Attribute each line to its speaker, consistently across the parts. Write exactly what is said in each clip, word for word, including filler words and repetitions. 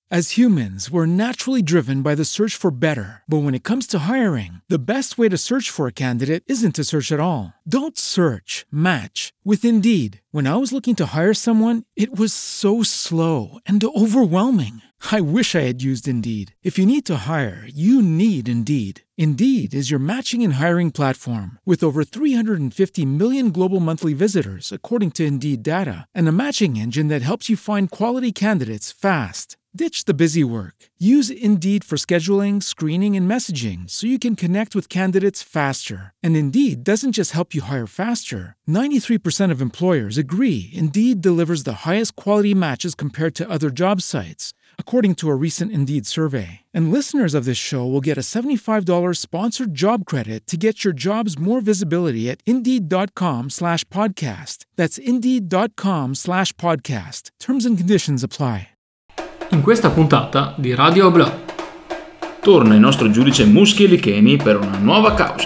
Speaker 1: As humans, we're naturally driven by the search for better. But when it comes to hiring, the best way to search for a candidate isn't to search at all. Don't search, match with Indeed. When I was looking to hire someone, it was so slow and overwhelming. I wish I had used Indeed. If you need to hire, you need Indeed. Indeed is your matching and hiring platform with over three hundred fifty million global monthly visitors, according to Indeed data, and a matching engine that helps you find quality candidates fast. Ditch the busy work. Use Indeed for scheduling, screening, and messaging so you can connect with candidates faster. And Indeed doesn't just help you hire faster. ninety-three percent of employers agree Indeed delivers the highest quality matches compared to other job sites, according to a recent Indeed survey. And listeners of this show will get a seventy-five dollars sponsored job credit to get your jobs more visibility at Indeed.com slash podcast. That's Indeed.com slash podcast. Terms and conditions apply.
Speaker 2: In questa puntata di Radio Oblò
Speaker 3: torna il nostro giudice Muschi e Licheni per una nuova causa.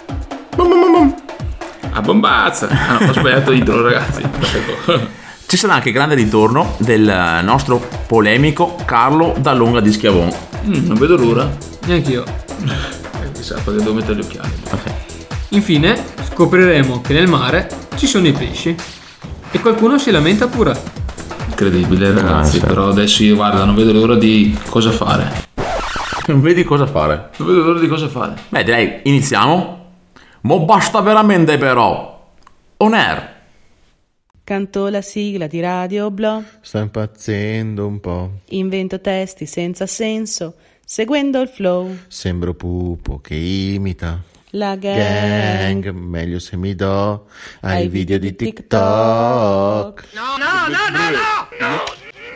Speaker 3: A bombazza! Ah, no, ho sbagliato intro, ragazzi.
Speaker 4: Ci sarà anche il grande ritorno del nostro polemico Carlo Dall'Onga di Schiavon.
Speaker 3: Mm, non vedo l'ora.
Speaker 2: Neanch'io.
Speaker 3: Eh, chissà, perché devo mettere gli occhiali.
Speaker 4: Okay.
Speaker 2: Infine scopriremo che nel mare ci sono i pesci e qualcuno si lamenta pure.
Speaker 3: Incredibile, ragazzi,
Speaker 4: ah, sì.
Speaker 3: Però adesso io guarda, non vedo l'ora di cosa fare.
Speaker 4: Non vedi cosa fare?
Speaker 3: Non vedo l'ora di cosa fare.
Speaker 4: Beh, direi iniziamo. Mo basta veramente però. On air.
Speaker 5: Canto la sigla di Radio Oblò.
Speaker 6: Sto impazzendo un po'.
Speaker 5: Invento testi senza senso, seguendo il flow.
Speaker 6: Sembro Pupo che imita
Speaker 5: la gang.
Speaker 6: gang. Meglio se mi do ai, ai video, video di TikTok.
Speaker 7: No, no, no, no, no, no.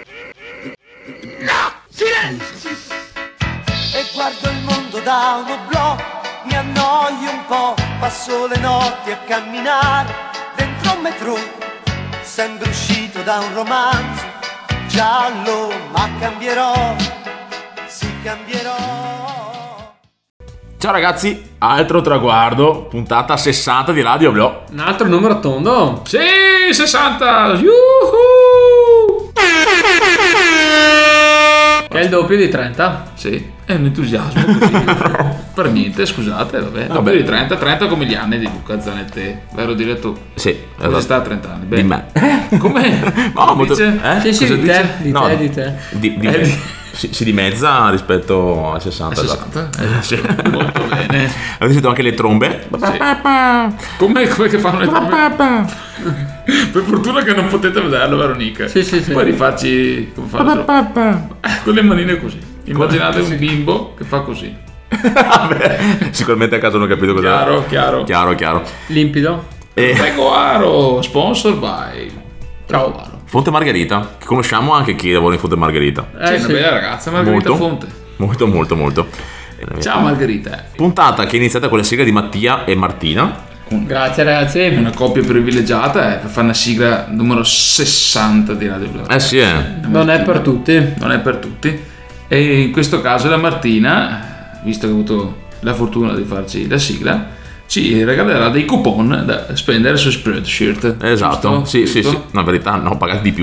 Speaker 7: No, silenzio.
Speaker 8: E guardo il mondo da un oblò, mi annoio un po', passo le notti a camminare dentro un metro. Sembro uscito da un romanzo giallo, ma cambierò, sì cambierò.
Speaker 4: Ciao ragazzi, altro traguardo, puntata sessanta di Radio Oblò.
Speaker 2: Un altro numero tondo.
Speaker 3: Sì, sessanta. Yuhu!
Speaker 2: Che è il doppio di trenta.
Speaker 3: Sì, è un entusiasmo così. Per niente, scusate, vabbè. Doppio
Speaker 4: Vabbè.
Speaker 3: di trenta, trenta come gli anni di Luca Zanetti, vero diretto?
Speaker 4: Sì,
Speaker 3: Come
Speaker 4: esatto.
Speaker 3: sta a trenta anni? Bene.
Speaker 4: Di me.
Speaker 3: Eh, com'è?
Speaker 4: No, molto-
Speaker 3: Dice?
Speaker 4: eh?
Speaker 2: Sì, sì,
Speaker 3: Cosa
Speaker 2: di
Speaker 3: dice?
Speaker 2: te, di
Speaker 4: No,
Speaker 2: te, di te.
Speaker 4: Di, di
Speaker 3: Eh,
Speaker 4: me.
Speaker 3: di-
Speaker 4: Si, si dimezza rispetto a sessanta.
Speaker 3: A
Speaker 4: esatto.
Speaker 3: sessanta? Eh, sì, molto bene.
Speaker 4: Avete sentito anche le trombe?
Speaker 3: Sì. Com'è, com'è che fanno le trombe? Per fortuna che non potete vederlo, vero Nick?
Speaker 2: Sì, sì, sì.
Speaker 3: Poi rifarci come fanno le trombe. Eh, con le manine così. Immaginate un bimbo che fa così.
Speaker 4: Vabbè, sicuramente a caso non ho capito cosa.
Speaker 3: Chiaro, chiaro.
Speaker 4: Chiaro, chiaro.
Speaker 2: Limpido.
Speaker 4: E
Speaker 3: Prego Aro, sponsor by
Speaker 2: Ciao.
Speaker 3: Aro.
Speaker 4: Fonte Margherita, che conosciamo anche chi lavora in Fonte Margherita.
Speaker 2: Eh,
Speaker 3: Sì, una
Speaker 2: sì.
Speaker 3: bella ragazza, Margherita
Speaker 4: Molto.
Speaker 3: Fonte.
Speaker 4: Molto, molto, molto.
Speaker 3: Ciao Margherita.
Speaker 4: Puntata che è iniziata con la sigla di Mattia e Martina.
Speaker 2: Grazie ragazzi.
Speaker 3: Una coppia privilegiata eh, per fare una sigla numero sessanta di Radio Blu.
Speaker 4: Eh sì, eh.
Speaker 2: Non è per tutti.
Speaker 3: Non è per tutti. E in questo caso la Martina, visto che ha avuto la fortuna di farci la sigla, ci regalerà dei coupon da spendere su Spreadshirt.
Speaker 4: Esatto,
Speaker 3: Giusto?
Speaker 4: sì, sì,
Speaker 3: Giusto?
Speaker 4: sì. No, in verità no, pagate di più.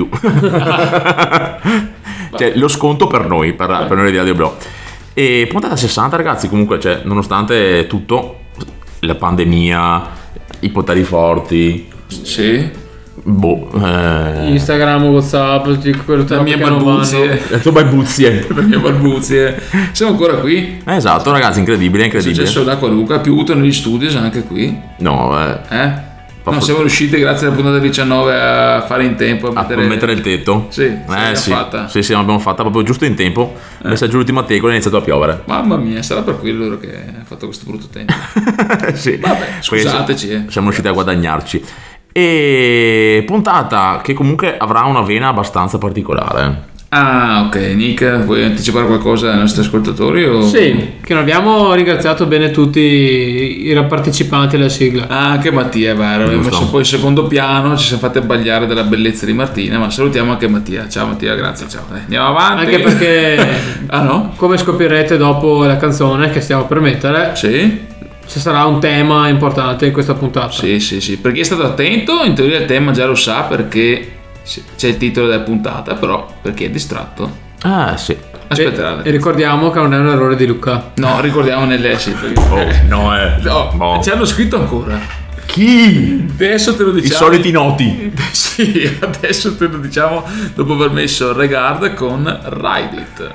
Speaker 4: Cioè, lo sconto per noi, per, per noi di Radio Blu. E puntata sessanta, ragazzi, comunque, cioè, nonostante tutto, la pandemia, i poteri forti,
Speaker 3: Sì.
Speaker 4: boh, eh,
Speaker 2: Instagram, WhatsApp, tutti quello
Speaker 3: Le mie
Speaker 2: che non vanno.
Speaker 3: balbuzie.
Speaker 4: le tue balbuzie.
Speaker 3: Le mie balbuzie. Siamo ancora qui.
Speaker 4: Eh, Esatto, ragazzi, incredibile,
Speaker 3: È
Speaker 4: incredibile.
Speaker 3: successo l'acqua Luca, ha piovuto negli studios anche qui.
Speaker 4: No, eh,
Speaker 3: Eh?
Speaker 4: Fa
Speaker 3: No,
Speaker 4: fu-
Speaker 3: siamo riusciti grazie alla puntata diciannove a fare in tempo a
Speaker 4: a
Speaker 3: mettere,
Speaker 4: mettere il tetto.
Speaker 3: Sì, sì,
Speaker 4: eh
Speaker 3: l'abbiamo
Speaker 4: sì,
Speaker 3: fatta.
Speaker 4: sì, sì, l'abbiamo fatta proprio giusto in tempo. Messa giù l'ultima tegola e è iniziato a piovere.
Speaker 3: Mamma mia, sarà per quello che ha fatto questo brutto tempo.
Speaker 4: Sì.
Speaker 3: Vabbè,
Speaker 4: Poi
Speaker 3: scusateci, eh.
Speaker 4: siamo riusciti a guadagnarci. E puntata che comunque avrà una vena abbastanza particolare.
Speaker 3: Ah, ok, Nick, vuoi anticipare qualcosa ai nostri ascoltatori? O...
Speaker 2: Sì, che non abbiamo ringraziato bene tutti i partecipanti alla sigla.
Speaker 3: Ah, anche Mattia, è vero, abbiamo
Speaker 4: Giusto.
Speaker 3: messo poi il secondo piano, ci siamo fatti abbagliare dalla bellezza di Martina, ma salutiamo anche Mattia. Ciao Mattia, grazie, ciao. Eh, andiamo avanti.
Speaker 2: Anche perché,
Speaker 3: ah no?
Speaker 2: come scoprirete dopo la canzone che stiamo per mettere,
Speaker 3: Sì?
Speaker 2: ci sarà un tema importante in questa puntata.
Speaker 3: Sì, sì, sì. Per chi è stato attento, in teoria il tema già lo sa perché c'è il titolo della puntata, però per chi è distratto
Speaker 4: Ah sì.
Speaker 3: Aspettate.
Speaker 2: E, e ricordiamo che non è un errore di Luca.
Speaker 3: No, ricordiamo nelle sì, perché-
Speaker 4: Oh, no, eh.
Speaker 3: No,
Speaker 4: Boh.
Speaker 3: ci hanno scritto ancora.
Speaker 4: Chi?
Speaker 3: Adesso te lo
Speaker 4: I
Speaker 3: diciamo.
Speaker 4: soliti noti.
Speaker 3: Sì, adesso te lo diciamo dopo aver messo Regard con Ride It.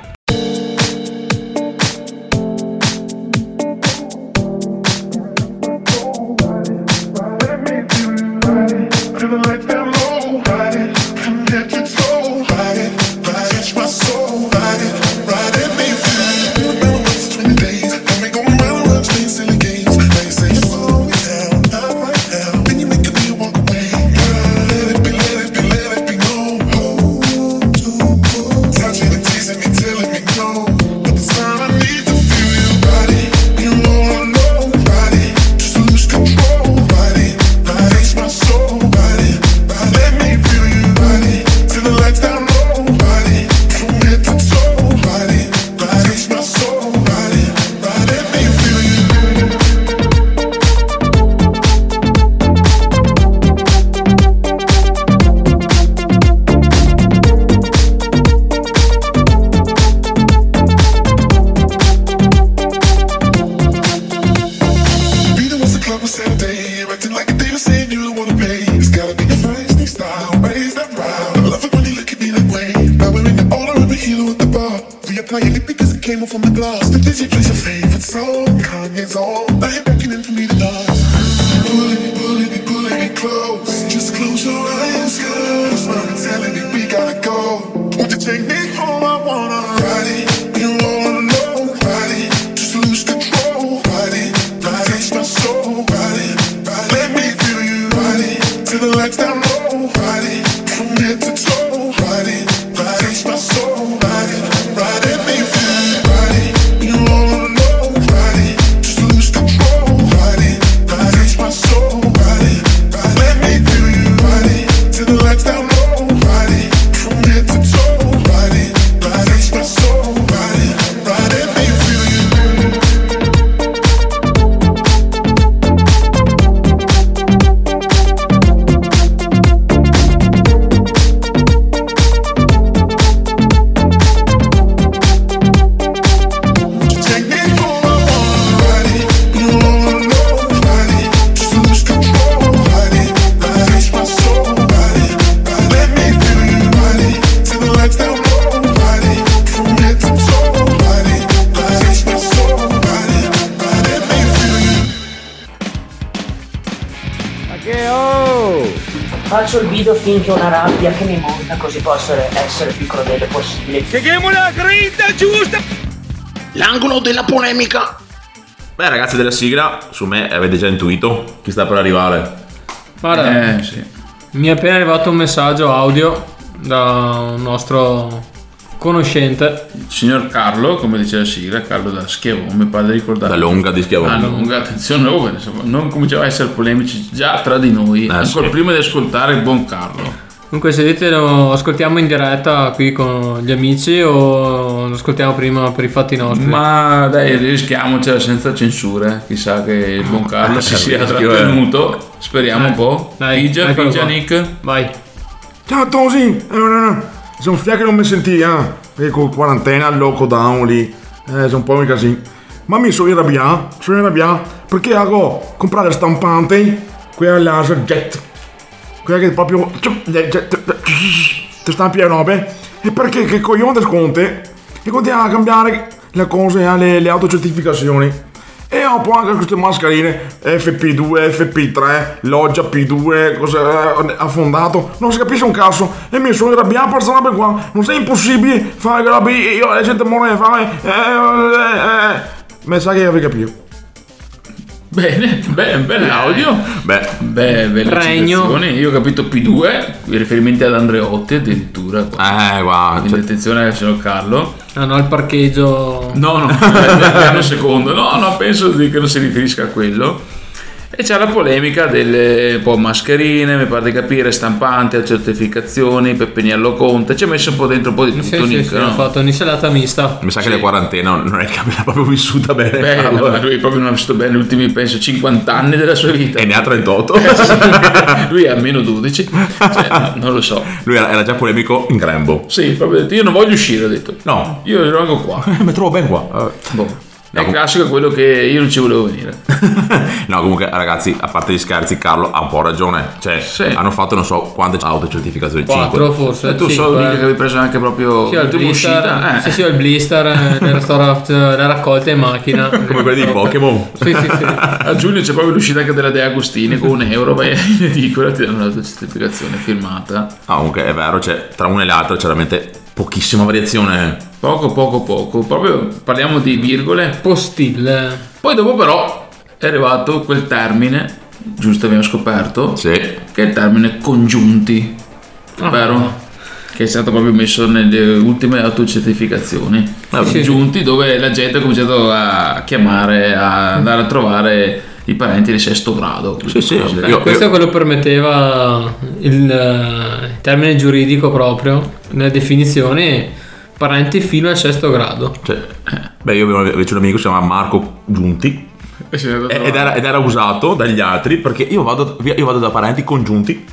Speaker 9: Faccio il video finché ho una rabbia che mi monta, così posso essere più crudele possibile.
Speaker 7: Chiediamo la grinta giusta.
Speaker 6: L'angolo della polemica.
Speaker 4: Beh, ragazzi della sigla, su me avete già intuito chi sta per arrivare.
Speaker 2: Guarda,
Speaker 3: Eh sì.
Speaker 2: mi è appena arrivato un messaggio audio da un nostro conoscente.
Speaker 3: Il signor Carlo, come dice la sigla, Carlo da Schiavone, mi pare di ricordare.
Speaker 4: Da Longa di Schiavone.
Speaker 3: Ah, Longa, attenzione, oh, insomma, non cominciava a essere polemici già tra di noi,
Speaker 4: Eh,
Speaker 3: ancora
Speaker 4: sì.
Speaker 3: prima di ascoltare il buon Carlo.
Speaker 2: Comunque, se dite lo ascoltiamo in diretta qui con gli amici o lo ascoltiamo prima per i fatti nostri?
Speaker 3: Ma dai, rischiamocela senza censure, chissà che il buon Carlo si sia
Speaker 4: rischio, eh.
Speaker 3: trattenuto, speriamo un po'.
Speaker 2: Dai,
Speaker 3: Pigia,
Speaker 2: eccolo
Speaker 3: pigia
Speaker 2: qua.
Speaker 3: Nick.
Speaker 2: Vai.
Speaker 10: Ciao Tosi, eh, no, no, no. Sono fiacco che non mi senti, eh. Perché con quarantena, lockdown lì, eh, sono un po' un casino. Ma mi sono arrabbiato, sono arrabbiato perché ho comprato la stampante, quella laser jet, quella che proprio ti stampi le robe, e perché che coglione del Conte, che continua a cambiare le cose alle le autocertificazioni. E ho poi anche queste mascherine F P due, F P tre, Loggia P due, cosa affondato, non si capisce un cazzo. E mi sono arrabbiato per questa roba qua. Non è impossibile fare quella roba, io la gente muore fare. Eh, eh, eh. Ma sa che avevi capito.
Speaker 3: Bene, beh, bell'audio.
Speaker 4: Beh,
Speaker 3: Beh, belle
Speaker 2: Regno.
Speaker 3: citazioni. Io ho capito P due, i riferimenti ad Andreotti addirittura.
Speaker 4: eh, guarda.
Speaker 3: Quindi attenzione al signor Carlo.
Speaker 2: Ah no, il parcheggio.
Speaker 3: No, no, del piano secondo. No, no, penso di- che non si riferisca a quello. E c'è la polemica delle un po' mascherine, mi pare di capire, stampanti, certificazioni, Peppiniello Conte, ci ha messo un po' dentro un po' di tutto.
Speaker 2: Sì, sì,
Speaker 3: Nick,
Speaker 2: sì,
Speaker 3: no?
Speaker 2: ha fatto un'insalata mista.
Speaker 4: Mi sa
Speaker 3: Sì.
Speaker 4: che la quarantena non è che l'ha proprio vissuta bene.
Speaker 3: Beh,
Speaker 4: Carlo.
Speaker 3: no, lui proprio non ha vissuto bene gli ultimi, penso, cinquanta anni della sua vita.
Speaker 4: E ne ha trentotto.
Speaker 3: Lui è almeno dodici, cioè, no, non lo so.
Speaker 4: Lui era, era già polemico in grembo.
Speaker 3: Sì, proprio detto, io non voglio uscire, ha detto.
Speaker 4: No.
Speaker 3: Io rimango qua.
Speaker 4: Mi trovo ben qua.
Speaker 3: Boh. È
Speaker 4: No, com-
Speaker 3: classico quello che io non ci volevo venire.
Speaker 4: No, comunque, ragazzi, a parte gli scherzi, Carlo ha un po' ragione. Cioè,
Speaker 3: Sì.
Speaker 4: hanno fatto non so quante autocertificazioni.
Speaker 2: Quattro
Speaker 4: cinque.
Speaker 2: forse.
Speaker 3: E tu
Speaker 2: sì,
Speaker 3: so
Speaker 2: guarda.
Speaker 3: mica che avevi preso anche proprio
Speaker 2: Sì, ho il
Speaker 3: l'ultima
Speaker 2: blister,
Speaker 3: uscita.
Speaker 2: sì,
Speaker 3: Eh.
Speaker 2: sì, ho il blister, eh, le, restaura- le raccolte in macchina.
Speaker 4: Come quelli di Pokémon.
Speaker 2: Sì, sì, sì.
Speaker 3: A giugno c'è proprio l'uscita anche della De Agostini con un euro, vai in edicola, ti danno la tua certificazione firmata.
Speaker 4: Ah, comunque è vero, cioè, tra una e l'altra c'è veramente pochissima variazione.
Speaker 3: Poco, poco, poco. Proprio parliamo di virgole.
Speaker 2: Postille.
Speaker 3: Poi dopo però è arrivato quel termine, giusto abbiamo scoperto,
Speaker 4: Sì.
Speaker 3: che è il termine congiunti,
Speaker 2: Ah.
Speaker 3: vero? Che è stato proprio messo nelle ultime autocertificazioni. Congiunti dove la gente ha cominciato a chiamare, a andare a trovare i parenti di sesto grado.
Speaker 4: Sì, sì.
Speaker 3: Cose.
Speaker 2: Eh,
Speaker 4: Io-
Speaker 2: questo è quello che permetteva il, eh, il termine giuridico proprio, nelle definizioni, parenti fino al sesto grado.
Speaker 4: Cioè, beh, io avevo invece un amico, si chiama Marco Giunti.
Speaker 3: E si è andato a
Speaker 4: Ed era, ed era usato dagli altri perché io vado, via- io vado da parenti congiunti.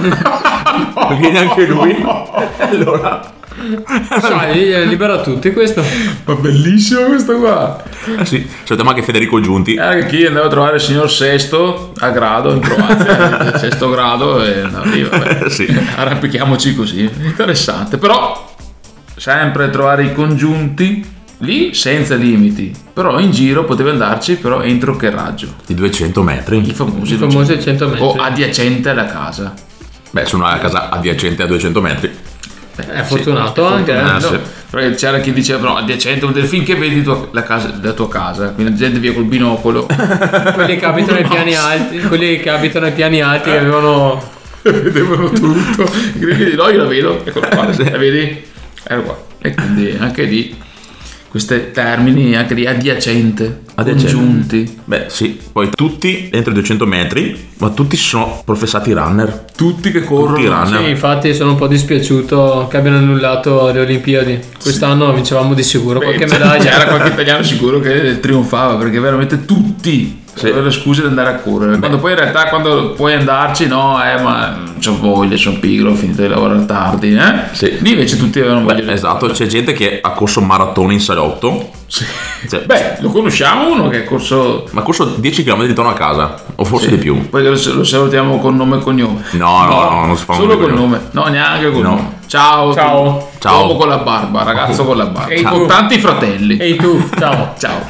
Speaker 4: Viene anche lui. Allora,
Speaker 2: Sai, libera tutti questo.
Speaker 3: Ma bellissimo questo qua.
Speaker 4: eh sì, salutiamo anche Federico Giunti.
Speaker 3: Era che chi andava a trovare il signor Sesto a grado in Croazia, sesto grado, e andava lì, vabbè.
Speaker 4: Sì.
Speaker 3: Arrampichiamoci così. Interessante. Però sempre trovare i congiunti lì senza limiti. Però in giro potevi andarci, però entro che raggio?
Speaker 4: Di duecento metri.
Speaker 3: I famosi,
Speaker 2: I famosi cento metri.
Speaker 3: o adiacente alla casa.
Speaker 4: Beh, sono a casa adiacente a duecento metri.
Speaker 2: È fortunato
Speaker 3: Sì,
Speaker 2: anche.
Speaker 3: è
Speaker 2: eh.
Speaker 3: fortunato.
Speaker 4: Ah, sì.
Speaker 3: Perché c'era chi diceva no, adiacente vuol dire finché vedi tua- la, casa, la tua casa, quindi la gente via col binocolo.
Speaker 2: Quelli che abitano ai piani alti, quelli che abitano ai piani alti che avevano.
Speaker 3: Vedevano tutto. Quindi no, io la vedo, eccola qua, la vedi? Ero qua. E quindi anche lì questi termini anche di adiacente,
Speaker 4: Adiacente.
Speaker 3: congiunti,
Speaker 4: Beh, sì. Poi tutti entro i duecento metri, ma tutti sono professati runner.
Speaker 3: tutti che corrono.
Speaker 4: Tutti runner.
Speaker 2: Sì, infatti sono un po' dispiaciuto che abbiano annullato le Olimpiadi. Quest'anno vincevamo di sicuro
Speaker 3: Beh,
Speaker 2: qualche
Speaker 3: c'era-
Speaker 2: medaglia.
Speaker 3: C'era qualche italiano sicuro che trionfava perché veramente tutti
Speaker 4: Sì.
Speaker 3: avevano le scuse di andare a correre. Quando poi in realtà quando puoi andarci, no, eh, ma non c'ho voglia, sono pigro, ho finito di lavorare tardi, eh?
Speaker 4: Sì.
Speaker 3: Lì invece tutti avevano voglia.
Speaker 4: Beh,
Speaker 3: di-
Speaker 4: esatto, c'è gente che ha corso maratona in salotto.
Speaker 3: Sì.
Speaker 4: Cioè,
Speaker 3: Beh, lo conosciamo uno che è corso.
Speaker 4: ma ha corso dieci chilometri intorno a casa, o forse
Speaker 3: Sì.
Speaker 4: di più.
Speaker 3: Poi lo, lo salutiamo con nome e cognome.
Speaker 4: No, no, no, non si fa un
Speaker 3: solo
Speaker 4: nome e
Speaker 3: col
Speaker 4: cognome.
Speaker 3: nome. No, neanche col
Speaker 4: No.
Speaker 3: nome. Ciao.
Speaker 2: Ciao.
Speaker 4: Ciao.
Speaker 3: Uomo con la barba, ragazzo con la barba.
Speaker 2: Ehi,
Speaker 3: Con
Speaker 2: tu.
Speaker 3: tanti fratelli.
Speaker 2: Ehi tu, ciao.
Speaker 3: Ciao.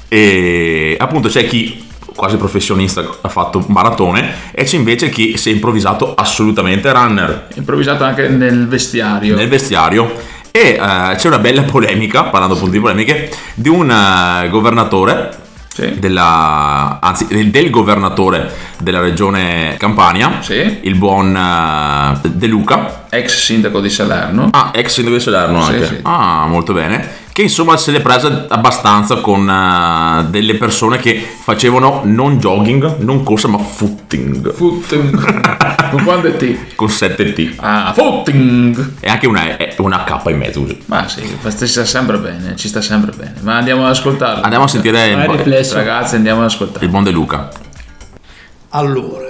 Speaker 4: E appunto c'è chi quasi professionista ha fatto maratone e c'è invece chi si è improvvisato assolutamente runner
Speaker 3: Improvvisato anche nel vestiario.
Speaker 4: nel vestiario. E eh, c'è una bella polemica, parlando appunto di polemiche, di un eh, governatore
Speaker 3: Sì.
Speaker 4: della, anzi del, del governatore della regione Campania,
Speaker 3: Sì.
Speaker 4: il buon eh, De Luca,
Speaker 3: Ex sindaco di Salerno.
Speaker 4: ah, ex sindaco di Salerno
Speaker 3: Sì,
Speaker 4: anche,
Speaker 3: sì.
Speaker 4: ah, molto bene, che insomma se l'è presa abbastanza con eh, delle persone che facevano non jogging, non corsa, ma footing,
Speaker 3: Footing. Con quando è T?
Speaker 4: con sette T
Speaker 3: Ah, footing.
Speaker 4: e anche una, eh, una K in mezzo così.
Speaker 3: Ma sì, ma ci sta sempre bene, ci sta sempre bene. Ma andiamo ad ascoltarlo.
Speaker 4: Andiamo a sentire
Speaker 2: Vai,
Speaker 4: il,
Speaker 2: riflesso.
Speaker 3: Ragazzi, andiamo ad ascoltare.
Speaker 4: il buon De Luca.
Speaker 11: Allora,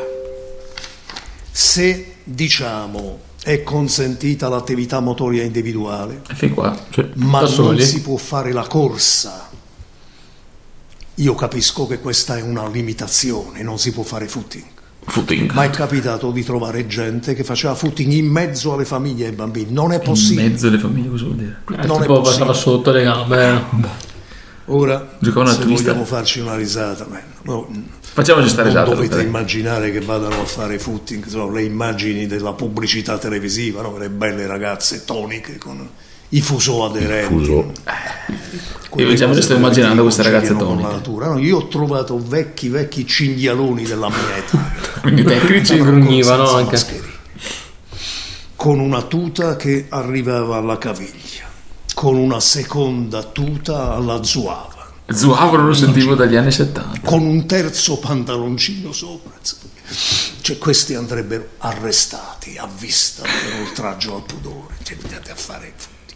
Speaker 11: se diciamo è consentita l'attività motoria individuale,
Speaker 3: Fin qua.
Speaker 11: ma
Speaker 2: da
Speaker 11: non
Speaker 2: soli.
Speaker 11: si può fare la corsa, io capisco che questa è una limitazione, non si può fare footing.
Speaker 4: Footing.
Speaker 11: Ma è capitato di trovare gente che faceva footing in mezzo alle famiglie e ai bambini. Non è
Speaker 3: In
Speaker 11: possibile.
Speaker 3: mezzo alle famiglie, cosa vuol dire?
Speaker 2: Eh,
Speaker 11: Non è
Speaker 2: tipo
Speaker 11: possibile.
Speaker 2: passava sotto le gambe.
Speaker 11: Ora,
Speaker 3: Giocavano a
Speaker 11: se
Speaker 3: twist.
Speaker 11: vogliamo farci una risata, man, no,
Speaker 3: Facciamoci sta
Speaker 11: non
Speaker 3: risata.
Speaker 11: dovete
Speaker 3: dai.
Speaker 11: immaginare che vadano a fare footing, sono le immagini della pubblicità televisiva, no? Le belle ragazze toniche con i fuso aderenti.
Speaker 4: Fuso.
Speaker 11: Quelle
Speaker 3: Io già me le
Speaker 11: cose
Speaker 3: sto
Speaker 11: che
Speaker 3: immaginando queste ragazze
Speaker 11: conciliano con la
Speaker 3: toniche.
Speaker 11: natura, no? Io ho trovato vecchi vecchi cinghialoni della mia età.
Speaker 3: Quindi tecnici
Speaker 11: Stavano
Speaker 2: grugnivano
Speaker 11: senza
Speaker 2: anche.
Speaker 11: mascherine, con una tuta che arrivava alla caviglia, con una seconda tuta alla zuava,
Speaker 3: Zuavro lo sentivo dagli anni settanta.
Speaker 11: Con un terzo pantaloncino sopra. Cioè questi andrebbero arrestati a vista per oltraggio al pudore. Cioè, andate a fare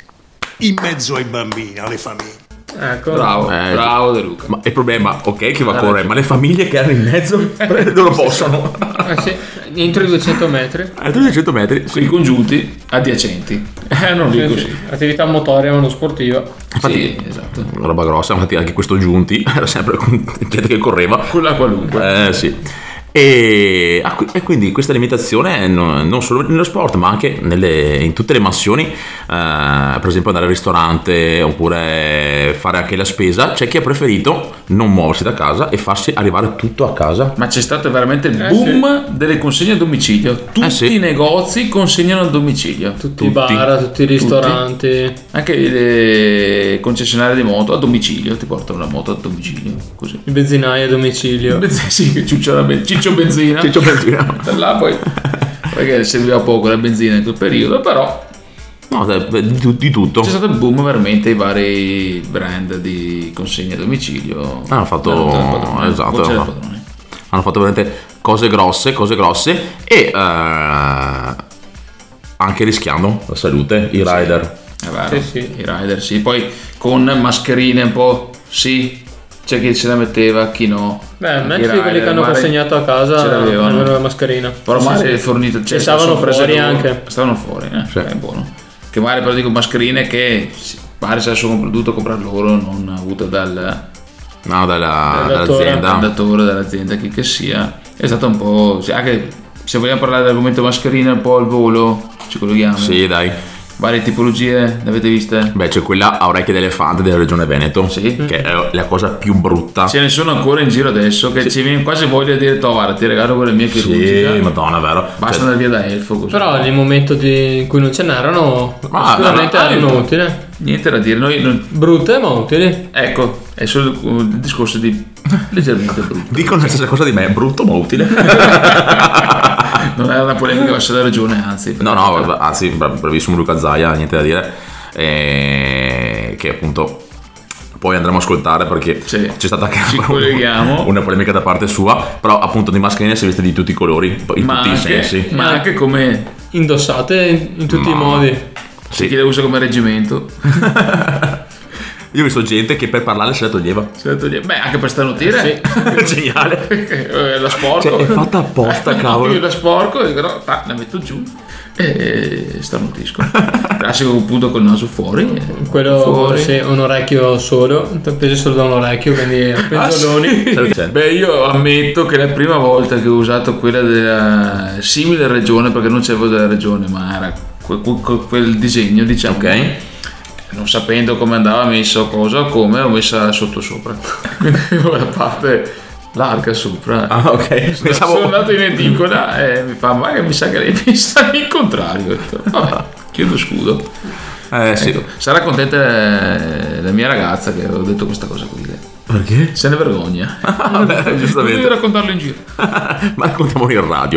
Speaker 11: in mezzo ai bambini, alle famiglie.
Speaker 2: Ecco.
Speaker 3: Bravo,
Speaker 4: Eh,
Speaker 3: bravo De Luca.
Speaker 4: Ma il problema, ok, che va a correre, ma le famiglie che erano in mezzo non lo possono.
Speaker 2: Eh sì, entro i duecento metri.
Speaker 4: A duecento metri,
Speaker 3: Sì, congiunti adiacenti. Erano lì così.
Speaker 2: Attività motoria, non sportiva.
Speaker 4: Infatti,
Speaker 3: Sì, esatto.
Speaker 4: una roba grossa, infatti anche questo giunti era sempre con gente che correva.
Speaker 3: Quella qualunque.
Speaker 4: Eh sì. E, ah, qui- e quindi questa limitazione non, non solo nello sport ma anche nelle, in tutte le mansioni, eh, per esempio andare al ristorante oppure fare anche la spesa. C'è chi ha preferito non muoversi da casa e farsi arrivare tutto a casa.
Speaker 3: Ma c'è stato veramente il
Speaker 2: Eh,
Speaker 3: boom delle consegne a domicilio. Tutti
Speaker 4: Eh, sì.
Speaker 3: i negozi consegnano a domicilio.
Speaker 2: Tutti i bar, tutti i ristoranti.
Speaker 3: Anche le concessionarie di moto a domicilio, ti portano la moto a domicilio. Così.
Speaker 2: I benzinai a domicilio.
Speaker 3: Sì, che ciuccia la ben- ciccio benzina.
Speaker 4: Ciccio benzina.
Speaker 3: Da là poi. Perché serviva poco la benzina in quel periodo, però.
Speaker 4: No, di, tu- di tutto.
Speaker 3: C'è stato il boom veramente, i vari brand di consegna a domicilio.
Speaker 4: Hanno fatto
Speaker 3: Della- della padrone,
Speaker 4: esatto,
Speaker 3: voce del
Speaker 4: no.
Speaker 3: padrone.
Speaker 4: Hanno fatto veramente cose grosse, cose grosse e eh, anche rischiando la salute, i rider.
Speaker 3: È vero,
Speaker 2: Sì, sì.
Speaker 3: i rider sì, poi con mascherine un po', sì, c'è chi se la metteva, chi no.
Speaker 2: Beh,
Speaker 3: Anche
Speaker 2: metti
Speaker 3: i
Speaker 2: quelli
Speaker 3: rider,
Speaker 2: che hanno
Speaker 3: magari
Speaker 2: consegnato a casa
Speaker 3: ce l'avevano.
Speaker 2: almeno la mascherina.
Speaker 3: Però
Speaker 2: Sì,
Speaker 3: magari
Speaker 2: sì.
Speaker 3: è fornito, cioè,
Speaker 2: E stavano
Speaker 3: sono prese
Speaker 2: fuori
Speaker 3: loro.
Speaker 2: anche.
Speaker 3: Stavano fuori, eh?
Speaker 4: Sì.
Speaker 3: È buono. Che magari però dico mascherine che sì, pare sia solo dovuto comprare loro, non avuto dal,
Speaker 4: No, dalla,
Speaker 2: Dal datore.
Speaker 4: dall'azienda.
Speaker 3: dal datore dell'azienda, chi che sia. È stato un po', sì, anche se vogliamo parlare dell'argomento mascherine un po' al volo, ci colleghiamo.
Speaker 4: Sì, dai.
Speaker 3: Varie tipologie, le avete viste?
Speaker 4: Beh, c'è quella a orecchie d'elefante della regione Veneto,
Speaker 3: Sì.
Speaker 4: che è la cosa più brutta.
Speaker 3: Ce ne sono ancora in giro adesso che ci viene quasi voglia di dire: "Oh, guarda, ti regalo quella mia chirurgica".
Speaker 4: Sì, madonna, vero.
Speaker 3: Basta
Speaker 4: Cioè,
Speaker 3: andare via da elfo così.
Speaker 2: Però nel momento di- in cui non ce n'erano,
Speaker 4: Ma-
Speaker 2: sicuramente
Speaker 3: ma-
Speaker 2: erano
Speaker 3: ma-
Speaker 2: utili.
Speaker 3: Niente da dire, noi non-
Speaker 2: Brutte ma utili.
Speaker 3: ecco, è solo il discorso di leggermente brutto.
Speaker 4: dicono la stessa cosa di me, brutto ma utile.
Speaker 3: Non è una polemica verso la regione, anzi.
Speaker 4: No, no, anzi, bra- bravissimo Luca Zaia, niente da dire. Eh, che appunto poi andremo a ascoltare perché
Speaker 3: Sì.
Speaker 4: c'è stata anche
Speaker 3: Ci colleghiamo.
Speaker 4: una polemica da parte sua, però appunto di mascherine si è viste di tutti i colori, in
Speaker 3: Ma
Speaker 4: tutti i
Speaker 3: anche,
Speaker 4: sensi.
Speaker 3: ma anche come
Speaker 2: Indossate in, in tutti i
Speaker 4: Ma-
Speaker 2: modi.
Speaker 3: c'è chi
Speaker 4: Sì.
Speaker 3: le usa come reggimento.
Speaker 4: Io ho visto gente che per parlare se la toglieva.
Speaker 3: Si è detto, beh, anche per starnutire.
Speaker 4: Geniale.
Speaker 3: Eh, la sporco.
Speaker 4: Cioè, è fatta apposta,
Speaker 3: Eh,
Speaker 4: cavolo.
Speaker 3: Io la sporco e dico, no, ta, la metto giù e starnutisco. Classico appunto col naso fuori. e-
Speaker 2: Quello
Speaker 3: fuori.
Speaker 2: sì, un orecchio solo, preso solo da un orecchio, quindi a
Speaker 3: Ah,
Speaker 2: penzoloni.
Speaker 3: sì? Beh, io ammetto che la prima volta che ho usato quella della simile regione, perché non c'avevo della regione, ma era que- que- quel disegno, diciamo.
Speaker 4: Ok.
Speaker 3: Non sapendo come andava messo cosa o come, l'ho messa sotto sopra. Quindi avevo la parte larga sopra.
Speaker 4: Ah, ok.
Speaker 3: Sono,
Speaker 4: Pensavo-
Speaker 3: sono andato in edicola e mi fa, ma che mi sa che lei pensa il contrario. Ho detto, vabbè, chiudo scudo.
Speaker 4: Eh sì.
Speaker 3: Ecco, sarà contenta eh, la mia ragazza che ho detto questa cosa qui. lei.
Speaker 4: Perché?
Speaker 3: Se ne vergogna.
Speaker 4: Vabbè,
Speaker 3: Devi
Speaker 4: giustamente.
Speaker 3: raccontarlo in giro.
Speaker 4: Ma raccontiamolo in radio.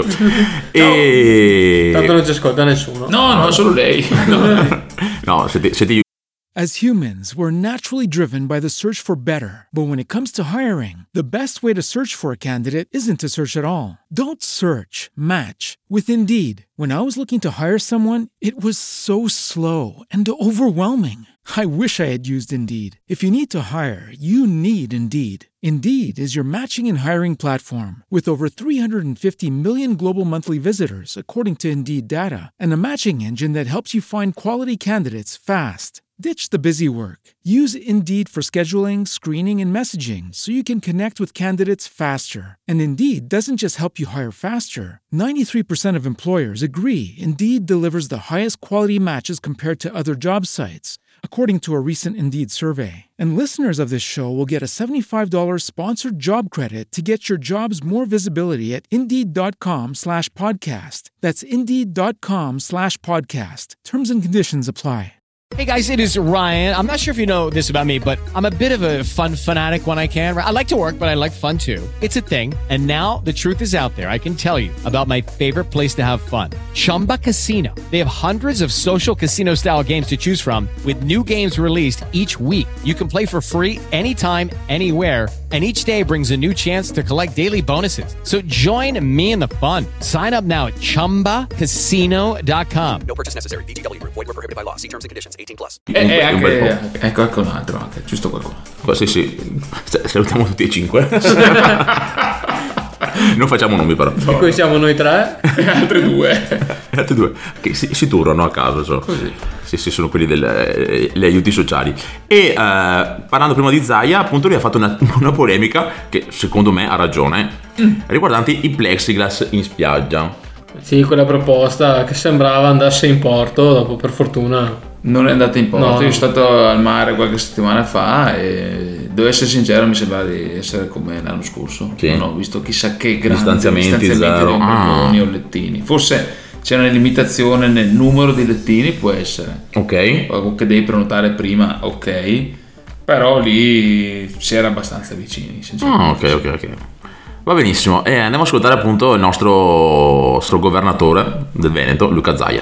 Speaker 4: E
Speaker 2: Tanto non ci ascolta nessuno.
Speaker 3: No, no, solo lei. No.
Speaker 4: no, siete, siete
Speaker 1: As humans, we're naturally driven by the search for better. But when it comes to hiring, the best way to search for a candidate isn't to search at all. Don't search, match with Indeed. When I was looking to hire someone, it was so slow and overwhelming. I wish I had used Indeed. If you need to hire, you need Indeed. Indeed is your matching and hiring platform with over three hundred fifty million global monthly visitors, according to Indeed data, and a matching engine that helps you find quality candidates fast. Ditch the busy work. Use Indeed for scheduling, screening, and messaging so you can connect with candidates faster. And Indeed doesn't just help you hire faster. ninety-three percent of employers agree Indeed delivers the highest quality matches compared to other job sites, according to a recent Indeed survey. And listeners of this show will get a seventy-five dollars sponsored job credit to get your jobs more visibility at Indeed.com slash podcast. That's Indeed.com slash podcast. Terms and conditions apply.
Speaker 12: Hey guys, it is Ryan. I'm not sure if you know this about me, but I'm a bit of a fun fanatic when I can. I like to work, but I like fun too. It's a thing. And now the truth is out there. I can tell you about my favorite place to have fun. Chumba Casino. They have hundreds of social casino style games to choose from with new games released each week. You can play for free anytime, anywhere. And each day brings a new chance to collect daily bonuses. So join me in the fun. Sign up now at chumba casino dot com.
Speaker 13: No purchase necessary. V G W. Void where prohibited by law. See terms and conditions. eighteen plus.
Speaker 3: E, e anche, e qualcun altro anche, giusto qualcuno.
Speaker 4: Sì, sì. Salutiamo tutti e cinque. Non facciamo nomi però.
Speaker 2: Di cui siamo noi tre
Speaker 3: e altri due.
Speaker 4: altri due che si, si turano a caso. So.
Speaker 3: Così.
Speaker 4: Sì, sì, sono quelli degli aiuti sociali. E eh, parlando prima di Zaia, appunto lui ha fatto una, una polemica che secondo me ha ragione, mm. riguardante i plexiglass in spiaggia.
Speaker 2: Sì, quella proposta che sembrava andasse in porto, dopo per fortuna
Speaker 3: non è andata in porto.
Speaker 2: No.
Speaker 3: Io sono stato al mare qualche settimana fa e devo essere sincero, mi sembra di essere come l'anno scorso.
Speaker 4: Sì.
Speaker 3: Non ho visto chissà che grandi
Speaker 4: distanziamenti,
Speaker 3: distanziamenti
Speaker 4: zero.
Speaker 3: di ombrelloni o lettini. Forse c'è una limitazione nel numero di lettini, può essere.
Speaker 4: Ok.
Speaker 3: O che devi prenotare prima, ok. Però lì si era abbastanza vicini, sinceramente.
Speaker 4: Ah, ok, ok, ok. Va benissimo. E andiamo a ascoltare appunto il nostro, nostro governatore del Veneto, Luca Zaia.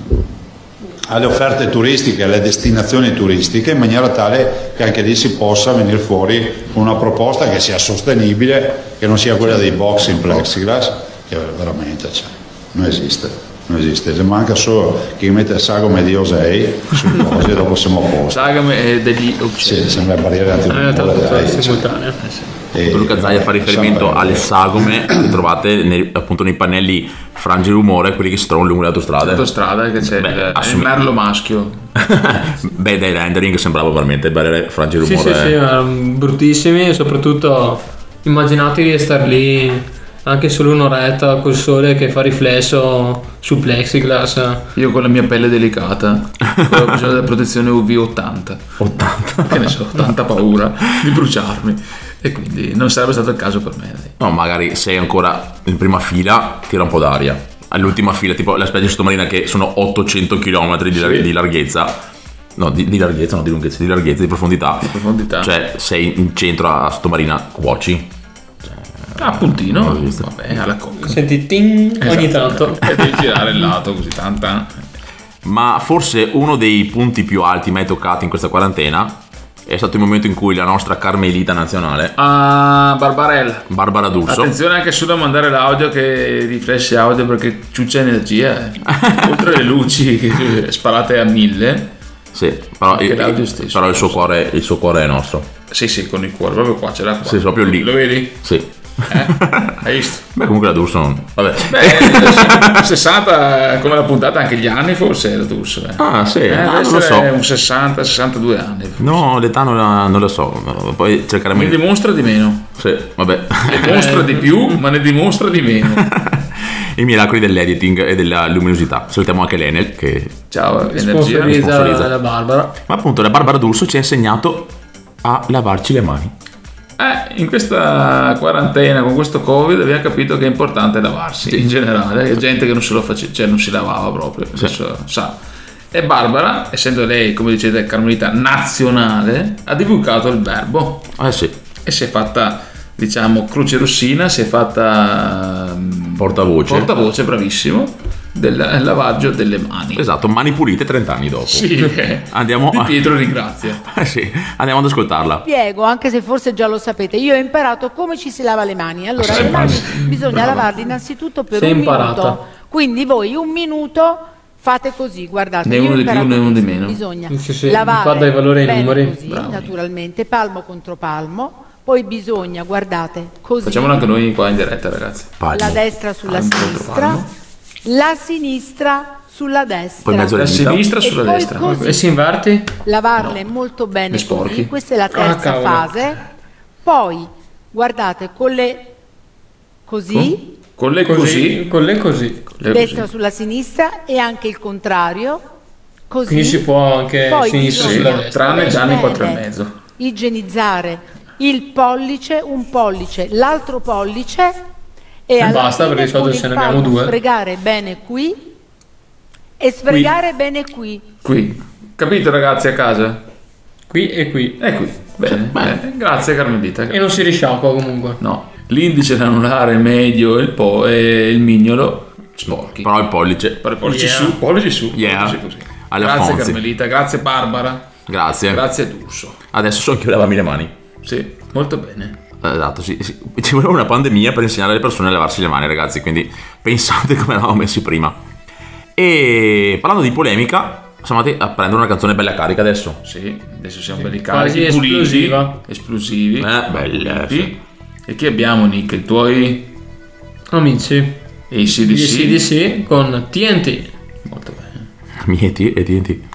Speaker 14: Alle offerte turistiche, alle destinazioni turistiche, in maniera tale che anche lì si possa venire fuori con una proposta che sia sostenibile, che non sia quella dei box in plexiglass, che veramente cioè, non esiste, non esiste, se manca solo chi mette sagome di Osei sulle cose e dopo siamo a posto.
Speaker 3: Sagome e degli uccelli.
Speaker 14: Sì, sembra barriere anti
Speaker 2: simultanea.
Speaker 4: E Luca Zaia fa riferimento alle sagome che trovate nei, appunto nei pannelli frangi rumore, quelli che si trovano lungo le autostrade.
Speaker 3: L'autostrada che c'è. Beh, il,
Speaker 4: assum-
Speaker 3: il merlo maschio.
Speaker 4: Beh, dai rendering sembrava veramente barriere frangi rumore.
Speaker 2: Sì, sì, sì, erano bruttissimi e soprattutto immaginatevi di star lì anche solo un'oretta col sole che fa riflesso sul plexiglass.
Speaker 3: Io con la mia pelle delicata ho bisogno della protezione U V ottanta.
Speaker 4: ottanta?
Speaker 3: Che ne so, tanta paura di bruciarmi. E quindi non sarebbe stato il caso per me. Dai.
Speaker 4: No, magari sei ancora in prima fila, tira un po' d'aria. All'ultima fila, tipo la spiaggia sottomarina che sono ottocento chilometri di,
Speaker 3: sì.
Speaker 4: di larghezza. No, di, di larghezza, no, di lunghezza, di larghezza, di profondità.
Speaker 3: Di profondità.
Speaker 4: Cioè, sei in centro a sottomarina, cuoci.
Speaker 3: Ah, puntino, vabbè, alla cocca.
Speaker 2: Senti ting ogni
Speaker 3: esatto.
Speaker 2: tanto.
Speaker 3: E devi girare il lato così tanta.
Speaker 4: Ma forse uno dei punti più alti mai toccati in questa quarantena è stato il momento in cui la nostra Carmelita nazionale,
Speaker 3: ah, Barbarella,
Speaker 4: Barbara D'Urso,
Speaker 3: attenzione anche solo a mandare l'audio che rifressi audio perché ciuccia energia, eh. Oltre le luci sparate a mille.
Speaker 4: Sì, però, il,
Speaker 3: l'audio stesso,
Speaker 4: però il, suo cuore, il suo cuore è nostro.
Speaker 3: Sì, sì, con il cuore, proprio qua, ce l'ha qua.
Speaker 4: Sì, proprio lì.
Speaker 3: Lo vedi?
Speaker 4: Sì.
Speaker 3: Eh? Hai visto?
Speaker 4: Beh, comunque la D'Urso non... Vabbè.
Speaker 3: Beh, sessanta come la puntata, anche gli anni forse la D'Urso. Eh.
Speaker 4: Ah, sì,
Speaker 3: eh,
Speaker 4: ah, non lo so.
Speaker 3: Un sessanta sessantadue anni. Forse.
Speaker 4: No, l'età non, la, non lo so. Poi cercheremo.
Speaker 3: Ne dimostra di meno.
Speaker 4: Sì, vabbè.
Speaker 3: Ne dimostra di più, ma ne dimostra di meno.
Speaker 4: I miracoli dell'editing e della luminosità. Salutiamo anche l'Enel che
Speaker 3: ciao,
Speaker 2: energia sponsorizza la Barbara.
Speaker 4: Ma appunto la Barbara D'Urso ci ha insegnato a lavarci le mani.
Speaker 3: Eh, in questa quarantena con questo Covid abbiamo capito che è importante lavarsi, sì. In generale, c'è gente che non se lo faceva, cioè non si lavava proprio,
Speaker 4: sì.
Speaker 3: Adesso sa. E Barbara, essendo lei, come dicete, carmelita nazionale, ha divulgato il verbo.
Speaker 4: Eh sì.
Speaker 3: E si è fatta, diciamo, croce rossina, si è fatta
Speaker 4: portavoce.
Speaker 3: Portavoce, bravissimo. Del lavaggio delle mani.
Speaker 4: Esatto, mani pulite trenta anni dopo.
Speaker 3: Sì,
Speaker 4: andiamo
Speaker 3: Di Pietro ringrazia.
Speaker 4: Eh sì, andiamo ad ascoltarla.
Speaker 15: Spiego, anche se forse già lo sapete, io ho imparato come ci si lava le mani. Allora,
Speaker 4: sì,
Speaker 15: le mani
Speaker 4: sì.
Speaker 15: bisogna
Speaker 4: Brava.
Speaker 15: lavarle innanzitutto per
Speaker 2: Sei
Speaker 15: un
Speaker 2: imparata.
Speaker 15: minuto. Quindi voi un minuto fate così, guardate.
Speaker 3: Né
Speaker 15: io ho
Speaker 3: uno di più,
Speaker 15: imparato
Speaker 3: né uno di
Speaker 15: così.
Speaker 3: meno.
Speaker 15: Bisogna
Speaker 2: Sì, sì,
Speaker 15: lavare
Speaker 2: guarda i valori e i
Speaker 15: bene
Speaker 2: numeri.
Speaker 15: così,
Speaker 3: Bravo.
Speaker 15: naturalmente, palmo contro palmo. Poi bisogna, guardate, così.
Speaker 3: Facciamolo anche noi qua in diretta, ragazzi.
Speaker 4: Palmo.
Speaker 15: La destra sulla
Speaker 3: Palmo contro
Speaker 15: sinistra,
Speaker 3: palmo.
Speaker 15: la sinistra sulla destra.
Speaker 4: Poi mezzo
Speaker 3: La
Speaker 4: le dita.
Speaker 3: sinistra
Speaker 15: E
Speaker 3: sulla
Speaker 15: poi
Speaker 3: destra.
Speaker 15: così.
Speaker 2: E si inverti?
Speaker 15: Lavarle molto bene
Speaker 3: Le sporchi.
Speaker 15: così, questa è la
Speaker 2: Ah,
Speaker 15: terza
Speaker 2: cavolo.
Speaker 15: fase. Poi guardate con le così,
Speaker 3: Con le così.
Speaker 2: Con le così.
Speaker 3: Le
Speaker 15: destra
Speaker 3: così.
Speaker 15: sulla sinistra e anche il contrario, così.
Speaker 2: Quindi si può anche
Speaker 15: Poi
Speaker 2: sinistra
Speaker 15: bisogna
Speaker 2: sulla destra.
Speaker 3: Tranne Gianni
Speaker 15: bene
Speaker 3: quattro e mezzo.
Speaker 15: igienizzare il pollice, un pollice, l'altro pollice e
Speaker 2: E
Speaker 15: alla
Speaker 2: basta,
Speaker 15: fine
Speaker 2: perché di solito
Speaker 15: con
Speaker 2: se
Speaker 15: il
Speaker 2: ne abbiamo
Speaker 15: palmo
Speaker 2: due.
Speaker 15: sfregare bene qui e sfregare bene qui.
Speaker 3: Qui. Capito ragazzi a casa?
Speaker 2: Qui e qui.
Speaker 3: È qui. Bene, bene. Grazie Carmelita.
Speaker 2: E non si risciacqua comunque.
Speaker 3: No. L'indice, l'anulare, il medio e il, po- e il mignolo sporchi.
Speaker 4: Però il pollice.
Speaker 3: Però il pollice
Speaker 4: Yeah.
Speaker 3: su, pollice su.
Speaker 4: Yeah.
Speaker 3: Pollice così.
Speaker 4: Alla
Speaker 3: Grazie
Speaker 4: Fonzi.
Speaker 3: Carmelita, grazie Barbara.
Speaker 4: Grazie.
Speaker 3: Grazie D'Urso.
Speaker 4: Adesso so anche io lavarmi le mani.
Speaker 3: Sì, molto bene.
Speaker 4: Esatto, sì, sì. Ci voleva una pandemia per insegnare alle persone a lavarsi le mani, ragazzi, quindi pensate come eravamo messi prima. E parlando di polemica, siamo andati a prendere una canzone bella carica adesso.
Speaker 3: Sì, adesso siamo belli
Speaker 2: Quasi
Speaker 3: carichi, puliti,
Speaker 2: esplosiva.
Speaker 3: esplosivi.
Speaker 4: Eh, belle.
Speaker 3: puliti. E chi abbiamo, Nick? I tuoi
Speaker 2: Amici.
Speaker 3: E i C D
Speaker 2: Gli
Speaker 3: C?
Speaker 2: C D C con T N T.
Speaker 3: Molto bene.
Speaker 4: Mieti e T N T.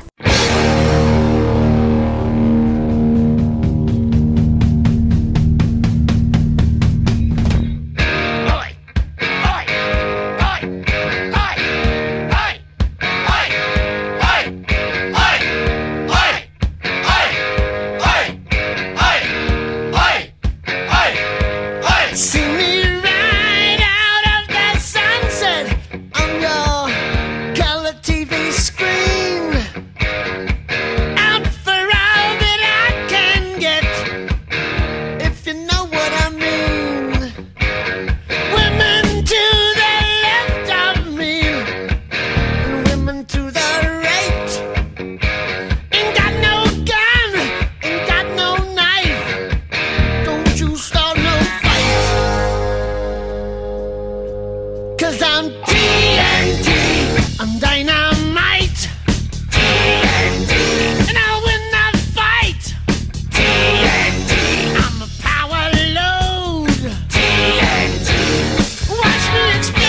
Speaker 8: See me right out of the sunset on your color T V screen. Out for all that I can get, if you know what I mean. Women to the left of me, and women to the right. Ain't got no gun, ain't got no knife. Don't you start no fight. 'Cause I'm T N T, I'm dynamite. T N T, and I'll win the fight. T N T, I'm a power load. T N T, watch me explode.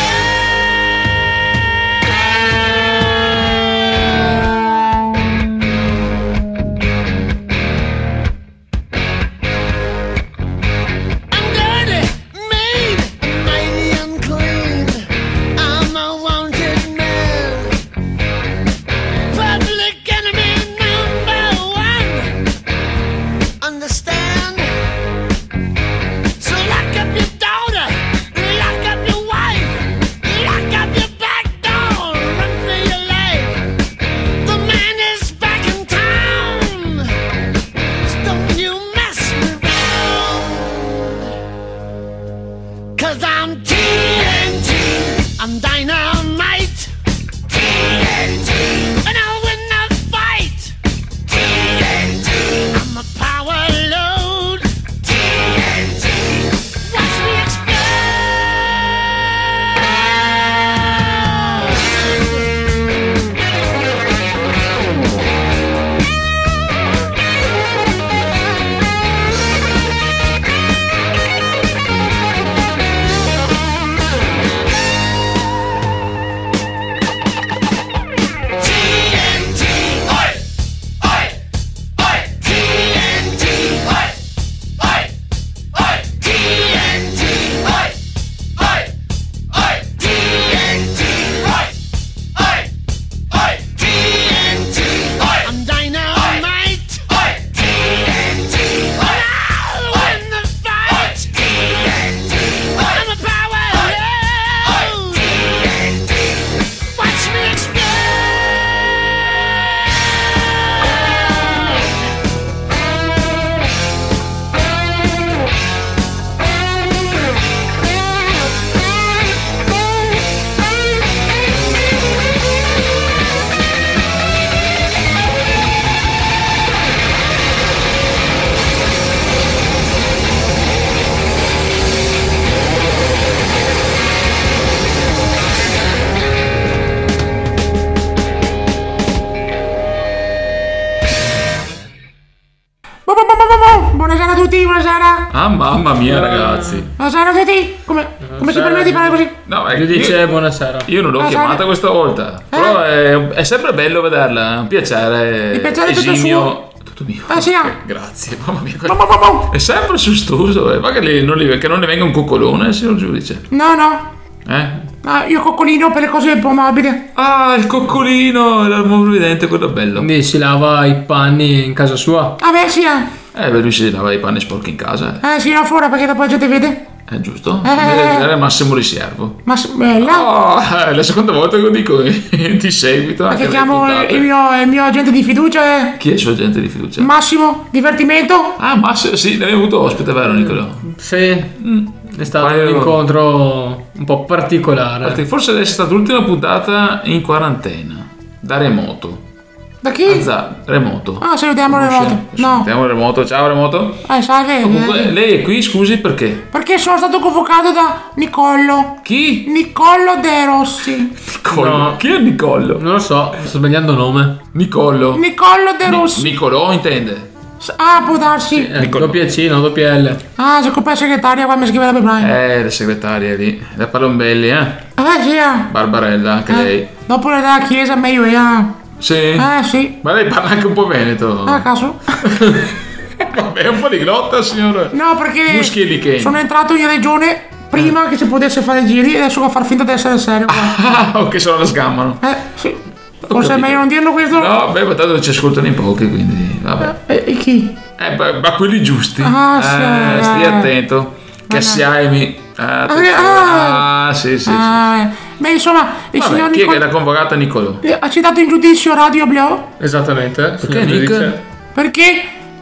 Speaker 8: I'm dirty, mean, and mighty unclean. I'm a wanted man. Public enemy number one. Understand? So lock up your daughter, lock up your wife, lock up your back door, run for your life. The man is back in town. So don't you mess me around. 'Cause I'm T N T, I'm dynamite. T N T, and I'll win the fight. T N T, I'm a power load. T N T, watch me explode. T N T, oi, oi, oi. T N T, oi, oi, oi. T N T, oi, oi, oi. T N T, oi, oi, oi. T N T, oi. I'm dynamite. Oi. T N T, oi. I'll win the fight. T N T, oi. I'm a power load. T N T, watch me explode.
Speaker 16: Buonasera a tutti, buonasera.
Speaker 3: Ah mamma mia ragazzi.
Speaker 16: Buonasera a tutti. Come, come si permette di parlare così?
Speaker 3: No, è
Speaker 2: Gli
Speaker 3: che
Speaker 2: dice
Speaker 3: io,
Speaker 2: buonasera.
Speaker 3: io non l'ho
Speaker 16: Buonasera.
Speaker 3: chiamata questa volta. Però è, è sempre bello vederla, è un piacere.
Speaker 16: Il piacere è tutto
Speaker 3: esimio.
Speaker 16: suo.
Speaker 3: Tutto mio.
Speaker 16: Eh sì, ah.
Speaker 3: Grazie, mamma mia. È sempre sustoso, eh. Ma che, lì non gli- che non ne venga un coccolone, signor giudice.
Speaker 16: No, no.
Speaker 3: Eh?
Speaker 16: Ah, io coccolino per le cose un po' morbide.
Speaker 3: Ah, il coccolino, era il morbidente, quello bello.
Speaker 2: Quindi si lava i panni in casa sua.
Speaker 16: Ah beh, sì, eh.
Speaker 3: Eh, beh, lui si lava i panni sporchi in casa. Eh.
Speaker 16: Eh sì, no, fuori perché dopo la gente vede.
Speaker 3: È giusto?
Speaker 16: Eh.
Speaker 3: Era Massimo Riservo.
Speaker 16: Ma s- bella.
Speaker 3: Oh, è la seconda volta che lo dico ti seguito.
Speaker 16: Perché
Speaker 3: anche
Speaker 16: chiamo
Speaker 3: alle puntate.
Speaker 16: il mio, il mio agente di fiducia è
Speaker 3: Chi è il suo agente di fiducia?
Speaker 16: Massimo Divertimento.
Speaker 3: Ah, Massimo, sì, l'abbiamo avuto ospite, vero Nicolò?
Speaker 2: Sì,
Speaker 3: Mm.
Speaker 2: è stato
Speaker 3: Paio-
Speaker 2: un incontro un po' particolare.
Speaker 3: Infatti, forse adesso è stata l'ultima puntata in quarantena. Da remoto.
Speaker 16: Da chi?
Speaker 3: Azza, remoto.
Speaker 16: Ah, salutiamo il remoto. No.
Speaker 3: Salutiamo remoto. Ciao remoto.
Speaker 16: Eh, salve.
Speaker 3: Comunque,
Speaker 16: eh,
Speaker 3: lei è qui, scusi, perché?
Speaker 16: Perché sono stato convocato da Nicollo.
Speaker 3: Chi?
Speaker 16: Nicollo De Rossi.
Speaker 3: Nicollo.
Speaker 2: No.
Speaker 3: Chi è Nicollo?
Speaker 2: Non lo so, sto sbagliando nome.
Speaker 3: Nicollo.
Speaker 16: Nicollo De Rossi.
Speaker 3: Nicolò intende?
Speaker 16: Ah, può darsi.
Speaker 2: Eh, doppia C, no doppia L.
Speaker 16: Ah, c'è colpa segretaria qua mi scrive la Brian.
Speaker 3: Eh, la segretaria lì. La Palombelli, eh?
Speaker 16: Eh, sì, eh.
Speaker 3: Barbarella, anche
Speaker 16: Eh,
Speaker 3: lei.
Speaker 16: Dopo le della chiesa meglio io.
Speaker 3: Sì.
Speaker 16: Eh, sì.
Speaker 3: Ma lei parla anche un po' veneto.
Speaker 16: Ah, caso.
Speaker 3: Vabbè, è un po' di glotta, signore.
Speaker 16: No, perché
Speaker 3: Muschieli che.
Speaker 16: sono entrato in regione prima che si potesse fare giri e adesso devo far finta di essere serio qua.
Speaker 3: Ah, ok, se no la sgammano.
Speaker 16: Eh, sì. Forse è
Speaker 3: capito.
Speaker 16: meglio non dirlo questo.
Speaker 3: No, beh, ma tanto ci ascoltano in pochi, quindi vabbè.
Speaker 16: E, e chi?
Speaker 3: Eh, ma, ma quelli giusti.
Speaker 16: Ah, sì,
Speaker 3: eh,
Speaker 16: eh.
Speaker 3: stai attento. Che siaimi. Ah,
Speaker 16: Ah,
Speaker 3: ah, sì, sì, sì.
Speaker 16: Ah, beh, insomma, il
Speaker 3: Vabbè,
Speaker 16: signor
Speaker 3: chi è che
Speaker 16: Nicolò
Speaker 3: l'ha convocata Nicolò?
Speaker 16: ha citato in giudizio Radio Blau
Speaker 2: Esattamente.
Speaker 3: Perché,
Speaker 2: signor
Speaker 3: Nick?
Speaker 2: giudice.
Speaker 16: perché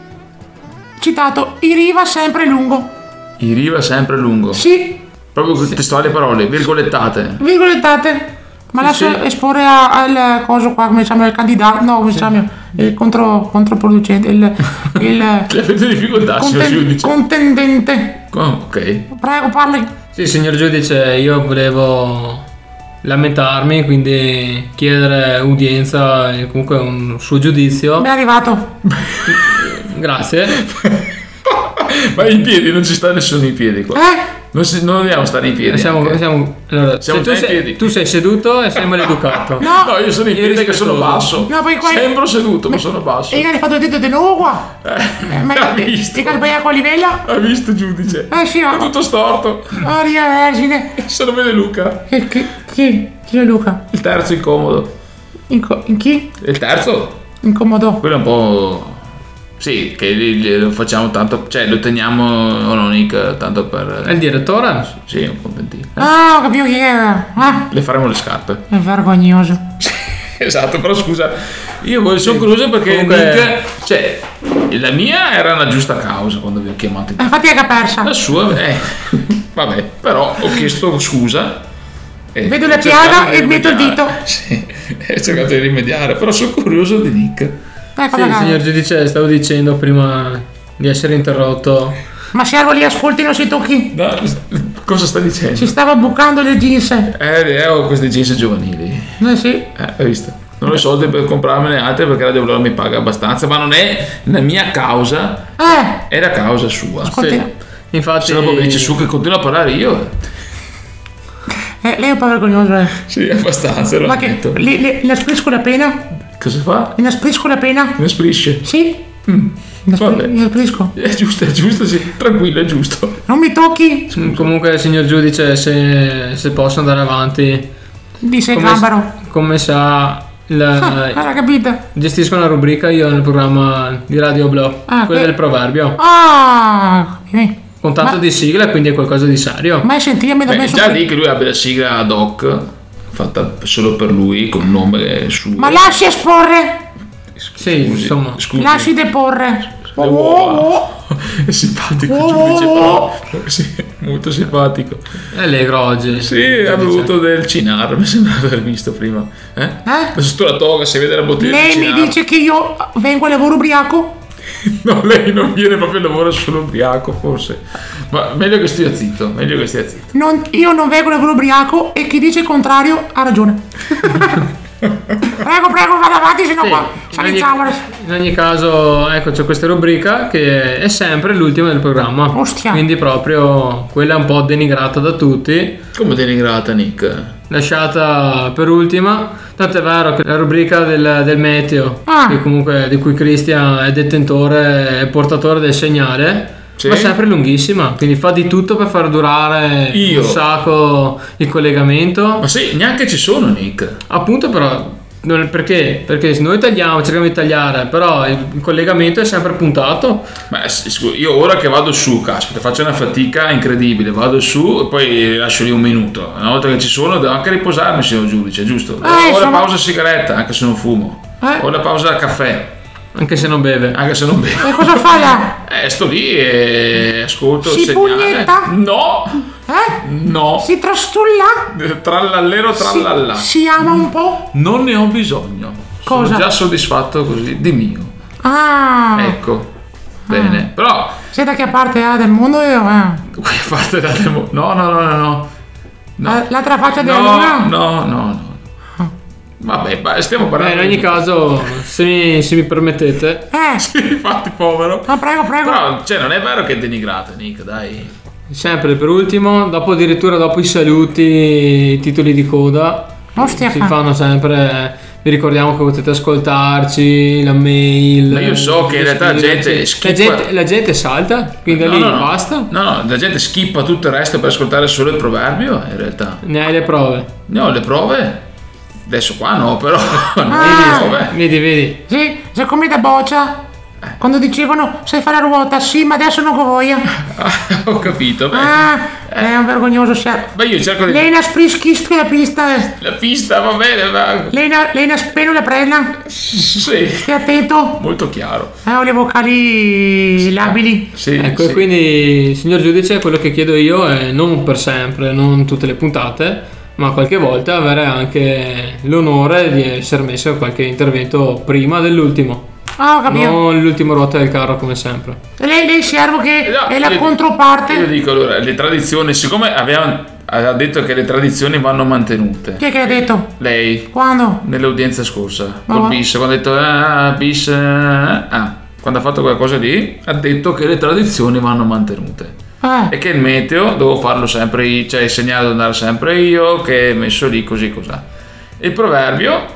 Speaker 16: citato i riva sempre lungo.
Speaker 3: I riva sempre lungo.
Speaker 16: Sì,
Speaker 3: Proprio con testuali parole, virgolettate.
Speaker 16: virgolettate. Ma lascia
Speaker 3: sì.
Speaker 16: esporre a- al coso qua, come si chiama, il candidato, no, come si chiama, il contro, controproducente, il, il
Speaker 3: Che avete difficoltà, signor
Speaker 16: conten-
Speaker 3: giudice.
Speaker 16: contendente.
Speaker 3: Oh, ok.
Speaker 16: Prego, parli.
Speaker 2: Sì, signor giudice, io volevo lamentarmi, quindi chiedere udienza e comunque un suo giudizio.
Speaker 16: Mi è arrivato.
Speaker 2: Grazie.
Speaker 3: Ma in piedi, non ci sta nessuno in piedi qua.
Speaker 16: Eh?
Speaker 3: Non, si, non dobbiamo stare in piedi.
Speaker 2: Siamo,
Speaker 3: anche.
Speaker 2: siamo, allora,
Speaker 3: Siamo
Speaker 2: se tu
Speaker 3: già in
Speaker 2: sei,
Speaker 3: piedi.
Speaker 2: tu sei seduto e sei maleducato.
Speaker 16: No.
Speaker 3: No, io sono in
Speaker 2: Io
Speaker 3: piedi che sono
Speaker 2: rispettoso.
Speaker 3: basso.
Speaker 16: No, poi qua-
Speaker 3: Sembro seduto, ma sono basso.
Speaker 16: E hai fatto il dito di nuovo qua. Eh, ma
Speaker 3: ha visto.
Speaker 16: ti sbaglia con livella?
Speaker 3: Ha visto, giudice?
Speaker 16: Eh sì,
Speaker 3: È
Speaker 16: ma...
Speaker 3: tutto storto.
Speaker 16: Maria Vergine.
Speaker 3: Se lo vede Luca.
Speaker 16: Che, che, chi? Chi è Luca?
Speaker 3: Il terzo incomodo.
Speaker 16: In, co- in chi?
Speaker 3: Il terzo?
Speaker 16: Incomodo.
Speaker 3: Quello è un po'... Sì, che li- li- lo facciamo tanto... Cioè, lo teniamo Ononic tanto per...
Speaker 2: È il direttore?
Speaker 3: Sì, un contentino.
Speaker 16: Ah, ho capito chi è. Ah,
Speaker 3: Le faremo le scarpe.
Speaker 16: è vergognoso.
Speaker 3: Esatto, però scusa, io sono curioso perché
Speaker 2: Comunque-
Speaker 3: Nick, cioè, la mia era una giusta causa quando vi ho chiamato.
Speaker 16: Eh, infatti è che ha persa.
Speaker 3: La sua, eh, vabbè, però ho chiesto scusa. e
Speaker 16: Vedo
Speaker 3: ho
Speaker 16: la
Speaker 3: cercato
Speaker 16: piaga
Speaker 3: di
Speaker 16: e metto il
Speaker 3: rimediare.
Speaker 16: dito.
Speaker 3: Sì, ho cercato di rimediare, però sono curioso di Nick.
Speaker 16: Ecco
Speaker 2: Sì,
Speaker 16: la
Speaker 2: signor giudice, stavo dicendo prima di essere interrotto.
Speaker 16: Ma servo lì, ascolti, non si tocchi.
Speaker 3: No, cosa sta dicendo?
Speaker 16: Si stava bucando le jeans. Eh
Speaker 3: Eh, eh, ho questi jeans giovanili.
Speaker 16: sì.
Speaker 3: Eh, hai visto? Non ho i soldi per comprarmene altre perché Radio Blau mi paga abbastanza, ma non è la mia causa,
Speaker 16: Eh,
Speaker 3: è la causa sua.
Speaker 16: ascolti.
Speaker 2: Sì. Infatti,
Speaker 3: Se dopo dici su che continuo a parlare io,
Speaker 16: Eh, lei è un po' vergognoso, eh.
Speaker 3: sì, abbastanza, lo
Speaker 16: Ma che
Speaker 3: ammetto.
Speaker 16: le, le, inasprisco la pena?
Speaker 3: Cosa fa?
Speaker 16: Inasprisco la pena?
Speaker 3: Mi sprisce.
Speaker 16: Sì.
Speaker 3: Mm.
Speaker 16: Inaspri-
Speaker 3: Vabbè.
Speaker 16: inasprisco.
Speaker 3: È giusto, è giusto, sì, tranquillo, è giusto.
Speaker 16: Non mi tocchi.
Speaker 2: comunque, signor giudice, se, se posso andare avanti,
Speaker 16: Di sei
Speaker 2: come,
Speaker 16: gambaro.
Speaker 2: come sa, la-
Speaker 16: Ah, era capita.
Speaker 2: gestisco una rubrica io nel programma di Radio Blau,
Speaker 16: Ah,
Speaker 2: quella
Speaker 16: que-
Speaker 2: del proverbio,
Speaker 16: Ah, eh.
Speaker 2: con tanto
Speaker 16: Ma-
Speaker 2: di sigla, quindi è qualcosa di serio.
Speaker 16: Ma sentire mi da
Speaker 3: Beh,
Speaker 16: messo
Speaker 3: già
Speaker 16: qui.
Speaker 3: lì che lui abbia la sigla ad hoc, fatta solo per lui, con nome suo.
Speaker 16: Ma lasci esporre.
Speaker 2: Sì, insomma.
Speaker 3: Scusi.
Speaker 16: Lasci deporre.
Speaker 3: Le
Speaker 16: Oh,
Speaker 3: uova.
Speaker 16: oh,
Speaker 3: È simpatico,
Speaker 16: Oh,
Speaker 3: giudice,
Speaker 16: oh,
Speaker 3: però. Sì, molto simpatico.
Speaker 2: È allegro oggi.
Speaker 3: Sì, ha bevuto del Cinar, mi sembra di aver visto prima. Eh?
Speaker 16: Eh?
Speaker 3: Adesso tu la toga, si vede la bottiglia
Speaker 16: Lei
Speaker 3: di
Speaker 16: mi
Speaker 3: Cinar.
Speaker 16: dice che io vengo a lavoro ubriaco?
Speaker 3: No, lei non viene proprio al lavoro solo ubriaco, forse. Ma meglio che stia zitto, meglio che stia zitto.
Speaker 16: Non- io non vengo a lavoro ubriaco e chi dice il contrario ha ragione. Prego, prego, vada avanti, sennò
Speaker 2: Sì,
Speaker 16: qua
Speaker 2: in
Speaker 16: sale
Speaker 2: ogni,
Speaker 16: il zauro.
Speaker 2: in ogni caso, ecco, c'è questa rubrica che è sempre l'ultima del programma.
Speaker 16: Ostia.
Speaker 2: Quindi proprio quella è un po' denigrata da tutti,
Speaker 3: Come denigrata, Nick?
Speaker 2: lasciata per ultima. Tanto è vero che la rubrica del, del meteo,
Speaker 16: Ah.
Speaker 2: che comunque di cui Cristian è detentore e portatore del segnale,
Speaker 3: Sì.
Speaker 2: ma sempre lunghissima, quindi fa di tutto per far durare
Speaker 3: Io?
Speaker 2: un sacco il collegamento.
Speaker 3: Ma sì, neanche ci sono, Nick.
Speaker 2: Appunto, però Non, perché? Perché noi tagliamo, cerchiamo di tagliare, però il, il collegamento è sempre puntato.
Speaker 3: Ma scusa, io ora che vado su, caspita, faccio una fatica incredibile, vado su e poi lascio lì un minuto. Una volta che ci sono devo anche riposarmi, signor giudice, giusto?
Speaker 16: Eh,
Speaker 3: ho
Speaker 16: sono...
Speaker 3: la pausa sigaretta, anche se non fumo.
Speaker 16: Eh?
Speaker 3: Ho la pausa caffè.
Speaker 2: Anche se non beve.
Speaker 3: Anche se non beve.
Speaker 16: E cosa fai là?
Speaker 3: Eh, sto lì e ascolto
Speaker 16: Si
Speaker 3: il segnale.
Speaker 16: pugnetta?
Speaker 3: No!
Speaker 16: Eh?
Speaker 3: No!
Speaker 16: Si trastulla?
Speaker 3: Trallallero trallallà.
Speaker 16: Si, si ama un po'?
Speaker 3: Non ne ho bisogno.
Speaker 16: Cosa?
Speaker 3: Sono già soddisfatto così di mio.
Speaker 16: Ah!
Speaker 3: Ecco. Bene. Però.
Speaker 16: Sei da che parte eh, del mondo io? Eh?
Speaker 3: Che parte del mondo? No, no, no, no, no.
Speaker 16: no. L'altra faccia della
Speaker 3: no,
Speaker 16: luna?
Speaker 3: No, no, no. Vabbè, stiamo parlando.
Speaker 2: Beh, in ogni caso, se mi, se mi permettete.
Speaker 16: Eh!
Speaker 3: Sì, infatti, povero.
Speaker 16: No, prego, prego.
Speaker 3: Però, cioè, non è vero che è denigrato, Nick, dai.
Speaker 2: Sempre per ultimo, dopo addirittura dopo i saluti, i titoli di coda,
Speaker 16: Ostia,
Speaker 2: si fanno sempre. Vi ricordiamo che potete ascoltarci, la mail.
Speaker 3: Ma io so che in realtà la gente skippa.
Speaker 2: La gente, la gente salta, quindi
Speaker 3: no,
Speaker 2: lì
Speaker 3: no, no.
Speaker 2: basta.
Speaker 3: No, no, la gente skippa tutto il resto per ascoltare solo il proverbio, in realtà.
Speaker 2: Ne hai le prove?
Speaker 3: Ne ho le prove. Adesso qua no, però.
Speaker 16: Ah,
Speaker 2: vedi, vedi.
Speaker 16: Sì, sei come da boccia. Quando dicevano sai fare la ruota, sì, ma adesso non voglia.
Speaker 3: Ho capito. Beh.
Speaker 16: Ah, è un vergognoso ser.
Speaker 3: Ma io cerco di.
Speaker 16: Lei ne sprischisco la pista.
Speaker 3: La pista va bene, ma.
Speaker 16: Lei ne, lei ne spero la prenda.
Speaker 3: Sì.
Speaker 16: Stai attento.
Speaker 3: Molto chiaro.
Speaker 16: Eh, ho le vocali labili.
Speaker 3: Sì.
Speaker 2: Ecco,
Speaker 3: sì.
Speaker 2: E quindi, signor giudice, quello che chiedo io è non per sempre, non tutte le puntate, ma qualche volta avere anche l'onore di essere messo a qualche intervento prima dell'ultimo.
Speaker 16: Ah, ho capito.
Speaker 2: Non l'ultimo ruota del carro come sempre.
Speaker 16: Lei, lei servo che
Speaker 3: No,
Speaker 16: è la
Speaker 3: io,
Speaker 16: controparte.
Speaker 3: Io dico allora, le tradizioni, siccome aveva ha detto che le tradizioni vanno mantenute.
Speaker 16: Chi è che l'ha detto?
Speaker 3: Lei.
Speaker 16: Quando?
Speaker 3: Nell'udienza scorsa.
Speaker 16: Ma
Speaker 3: Col
Speaker 16: va.
Speaker 3: bis, quando ha detto ah, bis, ah, ah, quando ha fatto quella cosa lì, ha detto che le tradizioni vanno mantenute.
Speaker 16: Eh.
Speaker 3: E che il meteo devo farlo sempre io, cioè il segnale devo andare sempre io, che è messo lì così cos'ha. Il proverbio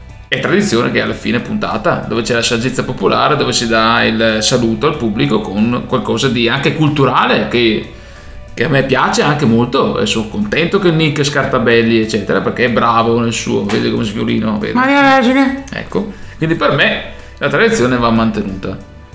Speaker 3: è tradizione che alla fine puntata, dove c'è la saggezza popolare, dove si dà il saluto al pubblico con qualcosa di anche culturale che, che a me piace anche molto e sono contento che Nick Scartabelli eccetera, perché è bravo nel suo, vedi come sviolino, vedi?
Speaker 16: Maria Vergine.
Speaker 3: Ecco, quindi per me la tradizione va mantenuta,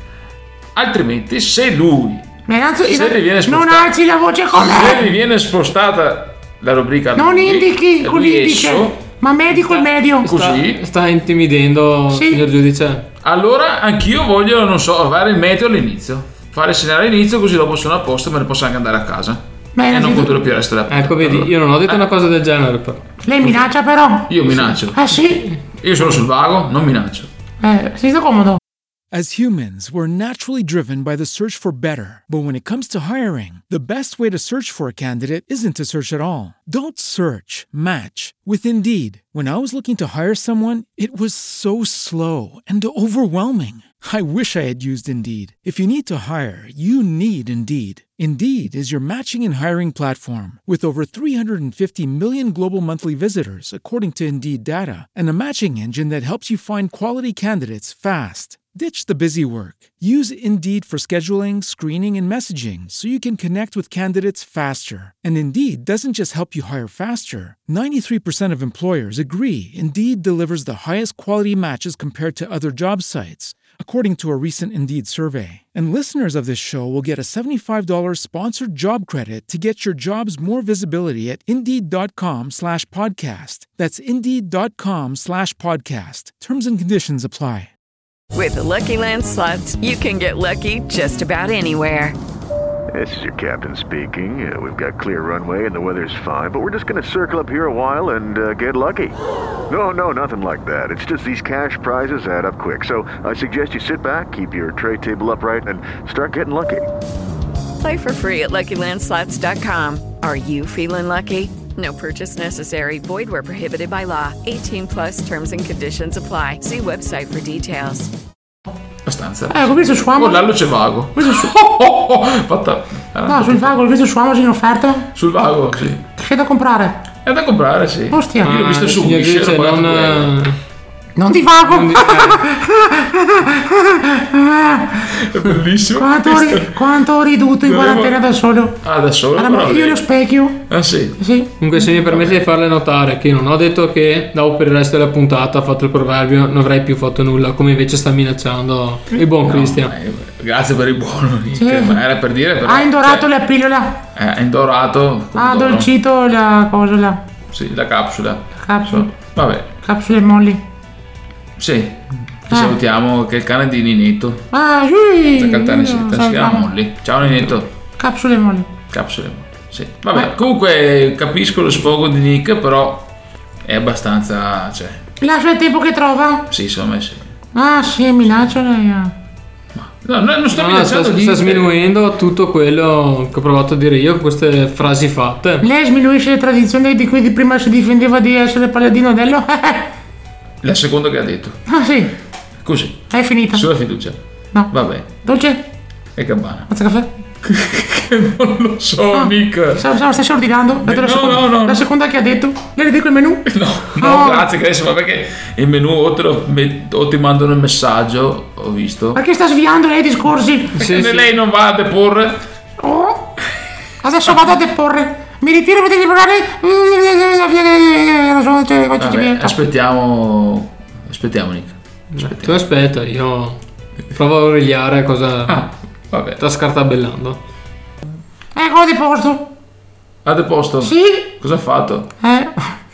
Speaker 3: altrimenti se lui
Speaker 16: Innanzi,
Speaker 3: se gli viene
Speaker 16: non
Speaker 3: spostata,
Speaker 16: alzi la voce con
Speaker 3: se
Speaker 16: me.
Speaker 3: gli viene spostata la rubrica a
Speaker 16: Non
Speaker 3: lui,
Speaker 16: indichi
Speaker 3: e
Speaker 16: con
Speaker 3: lui
Speaker 16: l'indice,
Speaker 3: esso,
Speaker 16: ma medico il medio.
Speaker 3: così
Speaker 2: Sta, sta intimidendo,
Speaker 16: Sì.
Speaker 2: signor giudice.
Speaker 3: allora anch'io voglio, non so, avere il meteo all'inizio, fare il segnale all'inizio, così dopo sono a posto e me ne posso anche andare a casa.
Speaker 16: Bene,
Speaker 3: E non
Speaker 16: sì.
Speaker 3: continuo più il resto della puntata.
Speaker 2: Ecco, vedi,
Speaker 3: Allora,
Speaker 2: io non ho detto una cosa del genere, però.
Speaker 16: Lei minaccia però.
Speaker 3: io minaccio.
Speaker 16: Eh sì.
Speaker 3: Io sono sul vago, non minaccio.
Speaker 16: Eh, si sta comodo.
Speaker 1: As humans, we're naturally driven by the search for better. But when it comes to hiring, the best way to search for a candidate isn't to search at all. Don't search, match with Indeed. When I was looking to hire someone, it was so slow and overwhelming. I wish I had used Indeed. If you need to hire, you need Indeed. Indeed is your matching and hiring platform with over three hundred fifty million global monthly visitors, according to Indeed data, and a matching engine that helps you find quality candidates fast. Ditch the busy work. Use Indeed for scheduling, screening, and messaging so you can connect with candidates faster. And Indeed doesn't just help you hire faster. ninety-three percent of employers agree Indeed delivers the highest quality matches compared to other job sites, according to a recent Indeed survey. And listeners of this show will get a seventy-five dollars sponsored job credit to get your jobs more visibility at Indeed.com slash podcast. That's Indeed.com slash podcast. Terms and conditions apply.
Speaker 17: With the Lucky Land Slots, you can get lucky just about anywhere.
Speaker 18: This is your captain speaking. Uh, we've got clear runway and the weather's fine, but we're just going to circle up here a while and uh, get lucky. No, no, nothing like that. It's just these cash prizes add up quick. So I suggest you sit back, keep your tray table upright, and start getting lucky.
Speaker 17: Play for free at Lucky Land Slots dot com. Are you feeling lucky? No purchase necessary. Void where prohibited by law. eighteen plus terms and conditions apply. See website for details.
Speaker 3: Abbastanza.
Speaker 16: Eh, ho visto Schwamo.
Speaker 3: Con l'allo c'è vago.
Speaker 16: Questo su-
Speaker 3: Oh, oh, oh, fatta.
Speaker 16: No, sul vago, ho visto Schwamo in offerta.
Speaker 3: Sul vago, sì.
Speaker 16: C'è da comprare.
Speaker 3: È da comprare, sì.
Speaker 16: Ostia.
Speaker 3: Io l'ho visto
Speaker 2: Ah,
Speaker 3: su
Speaker 2: signor
Speaker 3: Wish,
Speaker 2: giudice,
Speaker 3: l'ho pagato
Speaker 2: non,
Speaker 3: due euro.
Speaker 16: Non divago.
Speaker 2: Non di-
Speaker 3: È bellissimo.
Speaker 16: Quanto, ho ri- quanto ho riduto in
Speaker 3: Dovevo-
Speaker 16: quarantena da solo.
Speaker 3: Ah, da solo?
Speaker 16: Allora,
Speaker 3: però
Speaker 16: io
Speaker 3: lì-
Speaker 16: lo specchio.
Speaker 3: Ah sì.
Speaker 16: Sì.
Speaker 2: Comunque, se mi permette di farle notare che io non ho detto che dopo per il resto della puntata, fatto il proverbio, non avrei più fatto nulla, come invece sta minacciando il buon
Speaker 3: No,
Speaker 2: Cristian.
Speaker 3: ma è- Grazie per il buono, Nick.
Speaker 16: Sì.
Speaker 3: Ma era per dire però.
Speaker 16: Ha indorato
Speaker 3: cioè,
Speaker 16: la pillola.
Speaker 3: eh, ha indorato. come
Speaker 16: Ha
Speaker 3: d'oro.
Speaker 16: addolcito la cosa là.
Speaker 3: Sì, la capsula.
Speaker 16: Capsule.
Speaker 3: Vabbè,
Speaker 16: Capsule molli.
Speaker 3: sì. Ti salutiamo che è il cane di Ninetto.
Speaker 16: Ah, sì.
Speaker 3: Si chiama
Speaker 16: Salutiamo.
Speaker 3: Molly. Ciao Ninetto.
Speaker 16: Capsule molli.
Speaker 3: Capsule Molly. Sì. Vabbè, comunque capisco lo sfogo di Nick, però è abbastanza. Cioè,
Speaker 16: Lascia il tempo che trova.
Speaker 3: sì, secondo me sì.
Speaker 16: Ah, sì, minaccia lei. ah.
Speaker 3: No, no, non sto
Speaker 2: No,
Speaker 3: minacciando
Speaker 2: sta, sta
Speaker 3: niente.
Speaker 2: sminuendo tutto quello che ho provato a dire io con queste frasi fatte.
Speaker 16: Lei sminuisce le tradizioni di cui di prima si difendeva di essere paladino dello.
Speaker 3: La seconda che ha detto.
Speaker 16: Ah, sì.
Speaker 3: Così.
Speaker 16: È finita.
Speaker 3: Sulla fiducia.
Speaker 16: No.
Speaker 3: Vabbè.
Speaker 16: Dolce?
Speaker 3: E Gabbana.
Speaker 16: Mazza caffè?
Speaker 3: Non lo so, Nick.
Speaker 16: Stavo, stavo stai ordinando? Vedo la,
Speaker 3: no,
Speaker 16: seconda,
Speaker 3: no, no,
Speaker 16: la
Speaker 3: no.
Speaker 16: seconda che ha detto. Le dico il menù?
Speaker 3: No, no, grazie, che adesso va perché il menù o, te lo met- o ti mandano il messaggio, ho visto.
Speaker 16: Perché sta sviando lei i discorsi?
Speaker 3: Perché lei non va a deporre.
Speaker 16: Oh. Adesso vado a deporre. Mi ritiro per parlare.
Speaker 3: Vabbè, aspettiamo. Aspettiamo, Nick. Aspettiamo.
Speaker 2: Tu aspetta, io provo a origliare cosa
Speaker 3: Ah, vabbè.
Speaker 2: sta scartabellando.
Speaker 16: Ecco di posto.
Speaker 3: Ha deposto?
Speaker 16: Sì.
Speaker 3: Cosa ha fatto?
Speaker 16: Eh.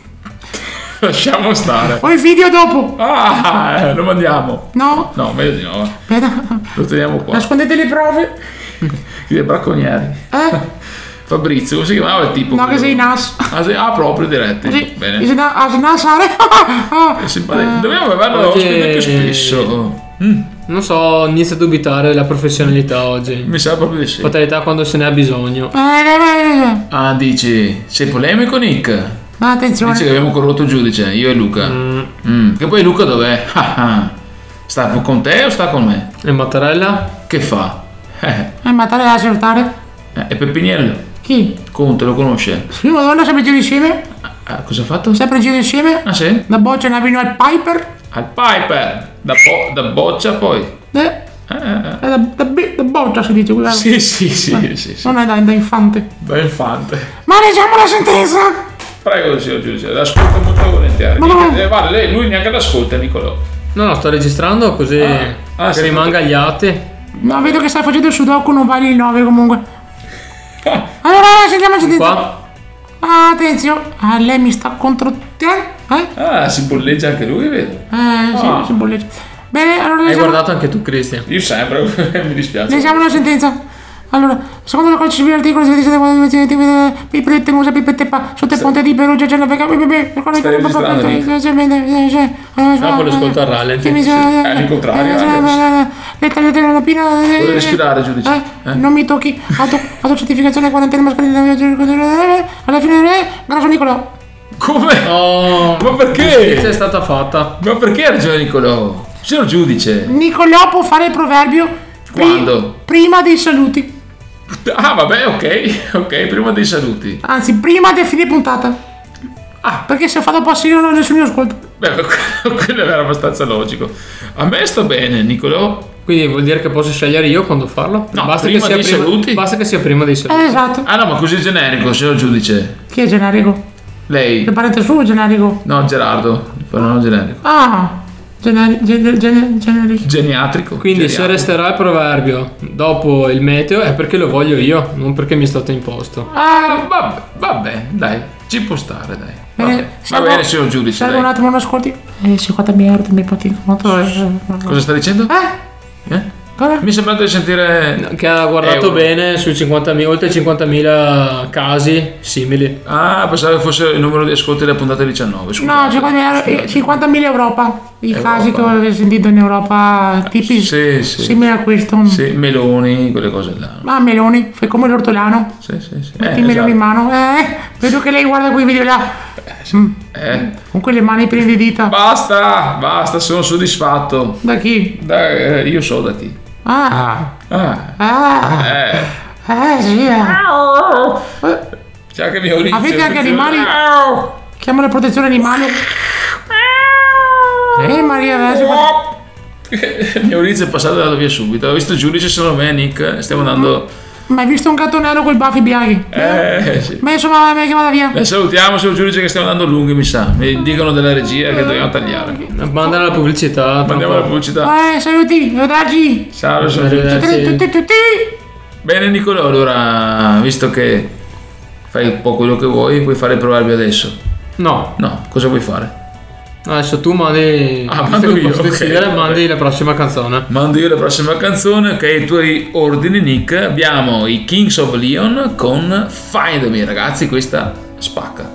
Speaker 3: Lasciamo stare.
Speaker 16: Ho il video dopo.
Speaker 3: Ah, eh, lo mandiamo.
Speaker 16: No.
Speaker 3: No, meglio di no. va.
Speaker 16: Aspetta.
Speaker 3: Lo teniamo qua.
Speaker 16: Nascondete le prove.
Speaker 3: Chi dei bracconieri.
Speaker 16: Eh.
Speaker 3: Fabrizio, come si chiamava il tipo?
Speaker 16: No, che sei nas.
Speaker 3: Ah, sì, ah, proprio diretti.
Speaker 16: Sì.
Speaker 3: Bene.
Speaker 16: Mi sembra a snasare.
Speaker 3: È simpatico. Dobbiamo averlo
Speaker 2: Oggi-
Speaker 3: ospite più spesso. Mm.
Speaker 2: Non so, inizio a dubitare della professionalità oggi.
Speaker 3: Mi sa proprio di sì.
Speaker 2: Fatalità quando se ne ha bisogno.
Speaker 3: Ah, dici, sei polemico, Nick?
Speaker 16: Ma attenzione.
Speaker 3: Dice che abbiamo corrotto il giudice, io e Luca.
Speaker 2: Mm.
Speaker 3: Mm. Che poi Luca dov'è? Ah, ah. Sta con te o sta con me?
Speaker 2: E Mattarella?
Speaker 3: Che fa? Eh,
Speaker 16: Eh, matare da acertare.
Speaker 3: eh, è Peppiniello.
Speaker 16: Chi?
Speaker 3: Conte, lo conosce?
Speaker 16: Sì, madonna, sempre giro insieme.
Speaker 3: Ah, cosa ha fatto?
Speaker 16: Sempre giro insieme.
Speaker 3: Ah, sì?
Speaker 16: Da boccia ne vino al Piper.
Speaker 3: Al Piper. Da, bo- da boccia poi.
Speaker 16: Eh.
Speaker 3: Eh, eh,
Speaker 16: Eh, Da, da, bi- da boccia si dice quella.
Speaker 3: Sì, sì, sì, sì, sì.
Speaker 16: Non è da, da infante.
Speaker 3: Da infante.
Speaker 16: Ma leggiamo la sentenza.
Speaker 3: Prego, signor giudice, l'ascolta molto volentieri.
Speaker 16: Ma no.
Speaker 3: Eh, vale, lei, lui neanche l'ascolta, Nicolò.
Speaker 2: No, no, sto registrando così
Speaker 3: Ah, ah,
Speaker 2: che
Speaker 3: sì,
Speaker 2: rimanga agli atti.
Speaker 16: No, vedo che stai facendo il sudoku, non vale il nove comunque. Allora, sentiamo la sentenza.
Speaker 2: Qua?
Speaker 16: Ah, attenzione. Ah, lei mi sta contro te? Eh?
Speaker 3: Ah, si bolleggia anche lui, vedo.
Speaker 16: Eh, sì,
Speaker 3: Ah.
Speaker 16: si bolleggia. Bene, allora
Speaker 2: Hai
Speaker 16: leggiamo,
Speaker 2: guardato anche tu, Cristian.
Speaker 3: Io sempre, mi dispiace.
Speaker 16: leggiamo la sentenza. Allora, secondo il codice civile articolo pipette musa pipette pa sotto il ponte di Perugia c'è la becca bebè
Speaker 3: Stai registrando, Ah, quello ascolta il rallenti. Sì, è l'incontrario,
Speaker 16: lettere della pina.
Speaker 3: Vuole respirare, giudice.
Speaker 16: Eh, non mi tocchi. Auto, autocertificazione quarantena mascherina. Alla fine, eh, grasso Nicolò.
Speaker 3: Come?
Speaker 2: Oh,
Speaker 3: Ma perché?
Speaker 2: giustizia è stata fatta.
Speaker 3: Ma perché ha ragione Nicolò? Signor giudice.
Speaker 16: Nicolò può fare il proverbio pri-
Speaker 3: Quando?
Speaker 16: prima dei saluti.
Speaker 3: Ah, vabbè, ok. Ok, prima dei saluti.
Speaker 16: Anzi, prima di fine puntata. Ah, perché se fa dopo a seguire non nessuno ascolta.
Speaker 3: Beh, quello era abbastanza logico. A me sta bene, Nicolò.
Speaker 2: Quindi vuol dire che posso scegliere io quando farlo?
Speaker 3: No,
Speaker 2: basta
Speaker 3: prima
Speaker 2: che sia
Speaker 3: dei
Speaker 2: prima,
Speaker 3: saluti.
Speaker 2: Basta che sia prima dei saluti.
Speaker 16: Eh, esatto.
Speaker 3: Ah no, ma così generico, signor giudice.
Speaker 16: Chi è generico?
Speaker 3: Lei.
Speaker 16: Che parente suo generico?
Speaker 3: No, Gerardo. Però non generico.
Speaker 16: Ah, generi- gener- gener- generico.
Speaker 3: Geniatrico.
Speaker 2: Quindi se
Speaker 3: Geriatrico.
Speaker 2: resterà il proverbio dopo il meteo è perché lo voglio io, non perché mi è stato imposto.
Speaker 16: Ah,
Speaker 3: Vabbè, vabbè, dai. Ci può stare, dai. Va
Speaker 16: bene.
Speaker 3: bene, Va
Speaker 16: Serve-
Speaker 3: bene, signor giudice,
Speaker 16: serve
Speaker 3: dai.
Speaker 16: un attimo, non ascolti. Eh, cinquantamila euro mi pati conto.
Speaker 3: Cosa sta dicendo?
Speaker 16: Eh?
Speaker 3: Eh?
Speaker 16: Cosa?
Speaker 3: Mi è sembrato di sentire...
Speaker 2: Che ha guardato
Speaker 3: Euro.
Speaker 2: bene sui cinquantamila, oltre cinquantamila casi simili.
Speaker 3: Ah, pensavo che fosse il numero di ascolti della puntata diciannove. Scusa.
Speaker 16: No, cinquantamila euro- eh, cinquantamila Europa. I
Speaker 3: Europa.
Speaker 16: casi che ho sentito in Europa, tipi
Speaker 3: Sì, sì.
Speaker 16: simili a questo.
Speaker 3: Sì, meloni, quelle cose là.
Speaker 16: Ah, meloni, fai come l'ortolano.
Speaker 3: Sì, sì, sì.
Speaker 16: Metti
Speaker 3: Eh,
Speaker 16: i meloni in
Speaker 3: esatto.
Speaker 16: mano. Eh, vedo che lei guarda quei video là. Mm,
Speaker 3: Eh.
Speaker 16: con quelle mani piene di dita.
Speaker 3: Basta, basta, sono soddisfatto.
Speaker 16: Da chi?
Speaker 3: Da, eh, io so da chi.
Speaker 16: Ah,
Speaker 3: Ah,
Speaker 16: ah,
Speaker 3: eh.
Speaker 16: eh, sì. eh. Eh,
Speaker 3: Già che mi ho iniziato.
Speaker 16: Avete anche animali? Chiamo la protezione animale. Eh Maria, adesso...
Speaker 3: Il mio Maurizio è passato e è andato via subito. Ho visto Giudice, sono me e Nick. Stiamo andando.
Speaker 16: Ma hai visto un gatto nero con i baffi bianchi?
Speaker 3: Eh sì.
Speaker 16: Ma insomma, me che vada via.
Speaker 3: Le salutiamo, signor Giudice, che stiamo andando lunghi, mi sa. Mi dicono della regia che dobbiamo tagliare.
Speaker 2: Manda la pubblicità.
Speaker 3: Mandiamo la pubblicità.
Speaker 16: Eh, saluti, arrivederci.
Speaker 3: Ciao, signor Giudice.
Speaker 16: Tutti, tutti, tutti.
Speaker 3: Bene Nicolò, allora, visto che fai un po' quello che vuoi, puoi fare il proverbio adesso?
Speaker 2: No.
Speaker 3: No, cosa vuoi fare?
Speaker 2: Adesso tu mandi.
Speaker 3: Ah, mando io, ok,
Speaker 2: decidere,
Speaker 3: vabbè.
Speaker 2: mandi la prossima canzone.
Speaker 3: Mando io la prossima canzone, ok, i tuoi ordini Nick. Abbiamo i Kings of Leon con Find Me, ragazzi, questa spacca.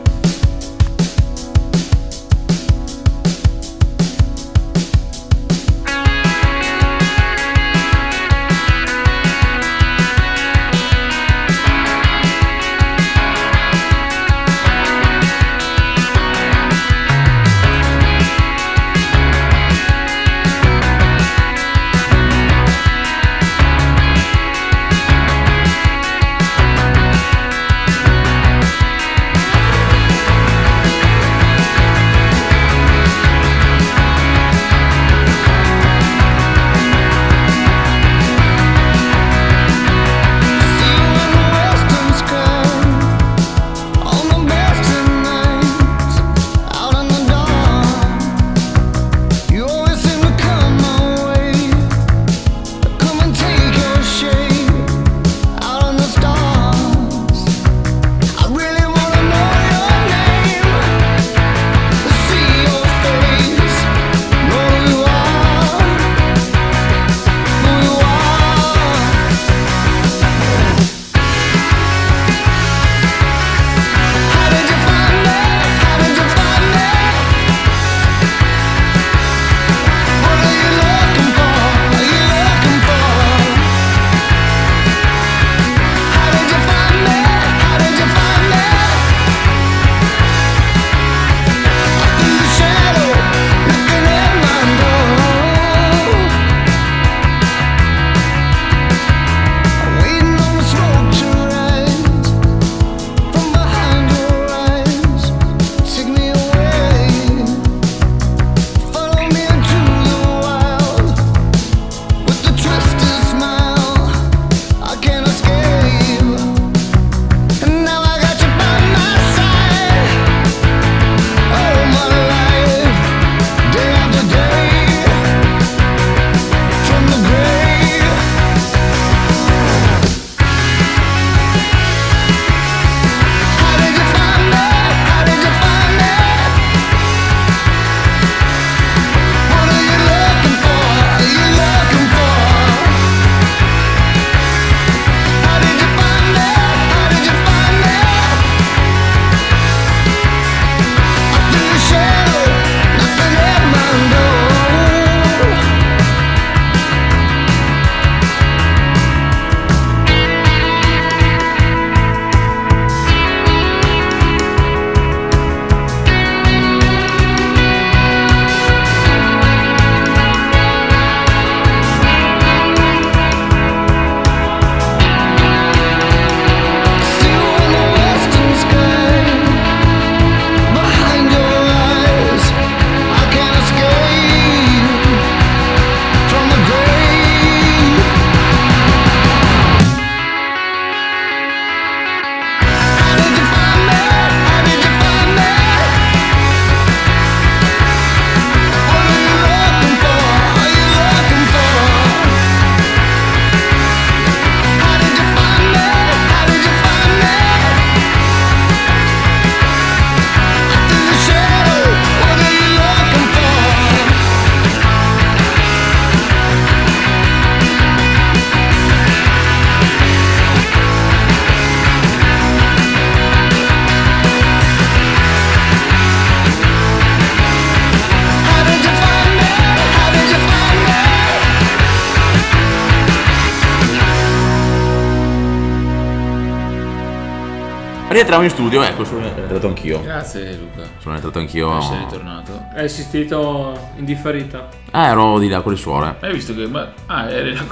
Speaker 4: Rientriamo in studio, ecco, sono entrato anch'io.
Speaker 3: Grazie Luca.
Speaker 4: Sono entrato anch'io.
Speaker 3: Sei ritornato.
Speaker 2: Hai assistito in differita.
Speaker 4: Ah, ero di là con le suore.
Speaker 3: Hai visto che... Ma... Ah, eri là...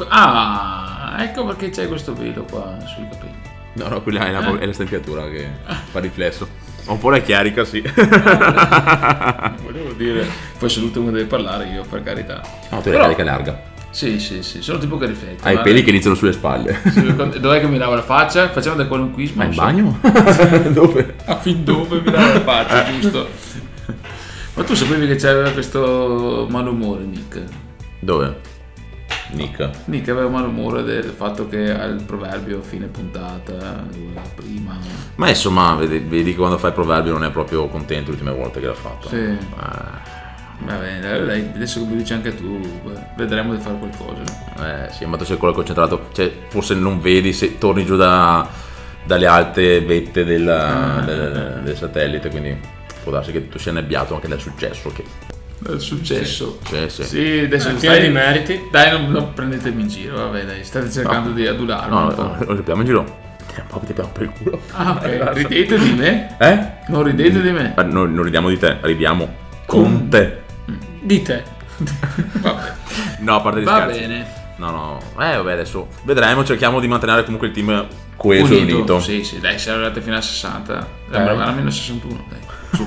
Speaker 3: ah, ecco perché c'è questo velo qua sui capelli.
Speaker 4: No, no, quella è la,
Speaker 3: eh?
Speaker 4: è la stempiatura che fa riflesso. Un po' la chiarica, sì.
Speaker 3: Volevo dire, poi se l'ultimo deve parlare io, per carità.
Speaker 4: No, tu hai la carica larga.
Speaker 3: Sì, sì, sì, sono tipo che rifletto.
Speaker 4: Hai i peli che iniziano sulle spalle.
Speaker 3: Sì, dov'è che mi lavo la faccia? Facciamo da qualunquismo.
Speaker 4: Ma in bagno? Dove?
Speaker 3: A fin dove mi lavo la faccia, giusto? Ma tu sapevi che c'aveva questo malumore, Nick?
Speaker 4: Dove? Nick.
Speaker 3: Nick aveva malumore del fatto che ha il proverbio fine puntata, la prima.
Speaker 4: Ma insomma, vedi, vedi che quando fa il proverbio non è proprio contento le ultime volte che l'ha fatto.
Speaker 3: Sì. Eh. Va bene, dai, adesso come dici anche tu, vedremo di fare qualcosa.
Speaker 4: Eh sì, ma tu sei quello concentrato, cioè forse non vedi se torni giù da, dalle alte vette del, ah, del, del satellite, quindi può darsi che tu sia annebbiato anche dal successo che...
Speaker 3: Il successo.
Speaker 4: Sì, sì.
Speaker 3: Sì, adesso
Speaker 2: eh,
Speaker 3: stai
Speaker 2: di meriti.
Speaker 3: Dai, non, non prendetemi in giro, vabbè, dai, state cercando no. di adularmi.
Speaker 4: No,
Speaker 3: un po'.
Speaker 4: no, non prendiamo in giro. Tiriamo, tiriamo per il culo.
Speaker 3: Ah, ok. Ridete di me?
Speaker 4: Eh?
Speaker 3: Non ridete di me?
Speaker 4: Eh, non, non ridiamo di te, ridiamo con, con te.
Speaker 2: Di te.
Speaker 3: Vabbè.
Speaker 4: No, a parte di
Speaker 3: Va
Speaker 4: scherzi.
Speaker 3: bene.
Speaker 4: No, no. Eh, vabbè, adesso vedremo, cerchiamo di mantenere comunque il team coeso e unito. unito.
Speaker 3: Sì, sì, dai, siamo arrivati fino a sessanta. Sembra almeno sessantuno, dai. Su.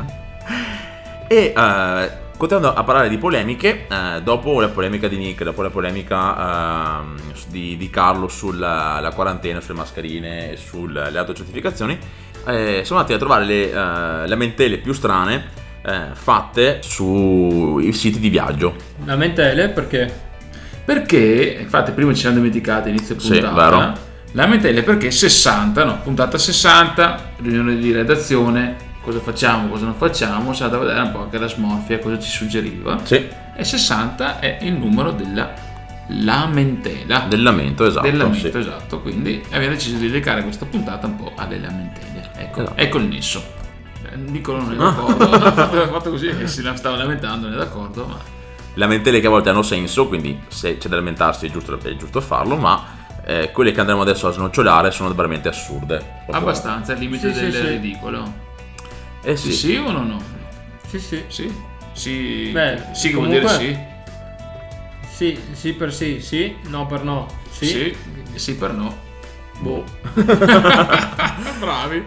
Speaker 4: E uh, continuando a parlare di polemiche, eh, dopo la polemica di Nick, dopo la polemica eh, di, di Carlo sulla la quarantena, sulle mascherine e sulle autocertificazioni, eh, siamo andati a trovare le eh, lamentele più strane eh, fatte sui siti di viaggio.
Speaker 2: Lamentele perché?
Speaker 3: Perché, infatti prima ci siamo dimenticati inizio puntata.
Speaker 4: Sì, vero.
Speaker 3: Lamentele perché sessanta, no, puntata sessanta, riunione di redazione. Cosa facciamo, cosa non facciamo, si è andato a vedere un po' anche la smorfia, cosa ci suggeriva.
Speaker 4: Sì.
Speaker 3: E sessanta è il numero della lamentela.
Speaker 4: Del lamento, esatto.
Speaker 3: Del lamento,
Speaker 4: sì.
Speaker 3: esatto. Quindi abbiamo deciso di dedicare questa puntata un po' alle lamentele. Ecco,
Speaker 4: esatto.
Speaker 3: Ecco il nesso. Nicola non è d'accordo, ha fatto così che si stava lamentando, non è d'accordo, ma...
Speaker 4: Lamentele che a volte hanno senso, quindi se c'è da lamentarsi è giusto, è giusto farlo, ma... Eh, quelle che andremo adesso a snocciolare sono veramente assurde. Proprio.
Speaker 3: Abbastanza, al limite
Speaker 2: sì,
Speaker 3: del
Speaker 2: sì,
Speaker 3: ridicolo.
Speaker 4: Eh sì.
Speaker 3: Sì, sì o no?
Speaker 2: Sì, sì.
Speaker 3: Sì? Sì,
Speaker 2: Beh,
Speaker 3: sì che
Speaker 2: comunque,
Speaker 3: vuol dire sì?
Speaker 2: Sì, sì per sì, sì, no per no. Sì,
Speaker 3: sì, sì per no.
Speaker 2: Boh.
Speaker 3: Bravi.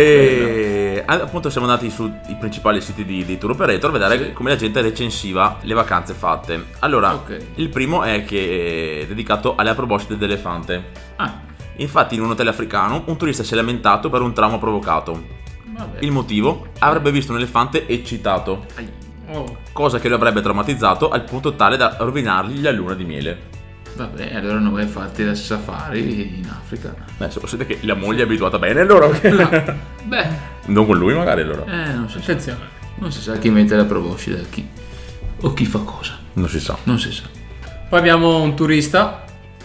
Speaker 4: E appunto siamo andati sui principali siti di, di tour operator a vedere
Speaker 3: sì.
Speaker 4: come la gente recensiva le vacanze fatte. Allora, okay. Il primo è che è dedicato alle proboscide dell'elefante.
Speaker 3: Ah.
Speaker 4: Infatti in un hotel africano un turista si è lamentato per un trauma provocato.
Speaker 3: Vabbè.
Speaker 4: Il motivo? Avrebbe visto un elefante eccitato,
Speaker 3: oh.
Speaker 4: cosa che lo avrebbe traumatizzato al punto tale da rovinargli la luna di miele.
Speaker 3: Vabbè, allora non vai fatti da safari in Africa.
Speaker 4: Beh, sapete che la moglie è abituata bene allora.
Speaker 3: No. Beh,
Speaker 4: non con lui magari allora.
Speaker 3: Eh, non si
Speaker 2: Attenzione.
Speaker 3: sa. Non si sa chi mette la proboscide, chi o chi fa cosa.
Speaker 4: Non si sa.
Speaker 3: Non si sa.
Speaker 2: Poi abbiamo un turista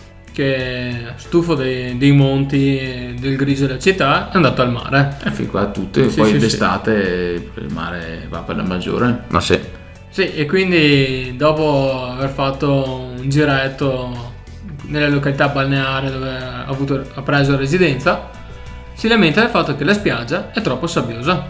Speaker 2: che stufo dei, dei monti e del grigio della città è andato al mare.
Speaker 3: E fin qua tutte, sì, poi sì, d'estate sì. Il mare va per la maggiore.
Speaker 4: Ma sì.
Speaker 2: Sì, e quindi dopo aver fatto un giretto nelle località balneari dove ha, avuto, ha preso residenza, si lamenta del fatto che la spiaggia è troppo sabbiosa.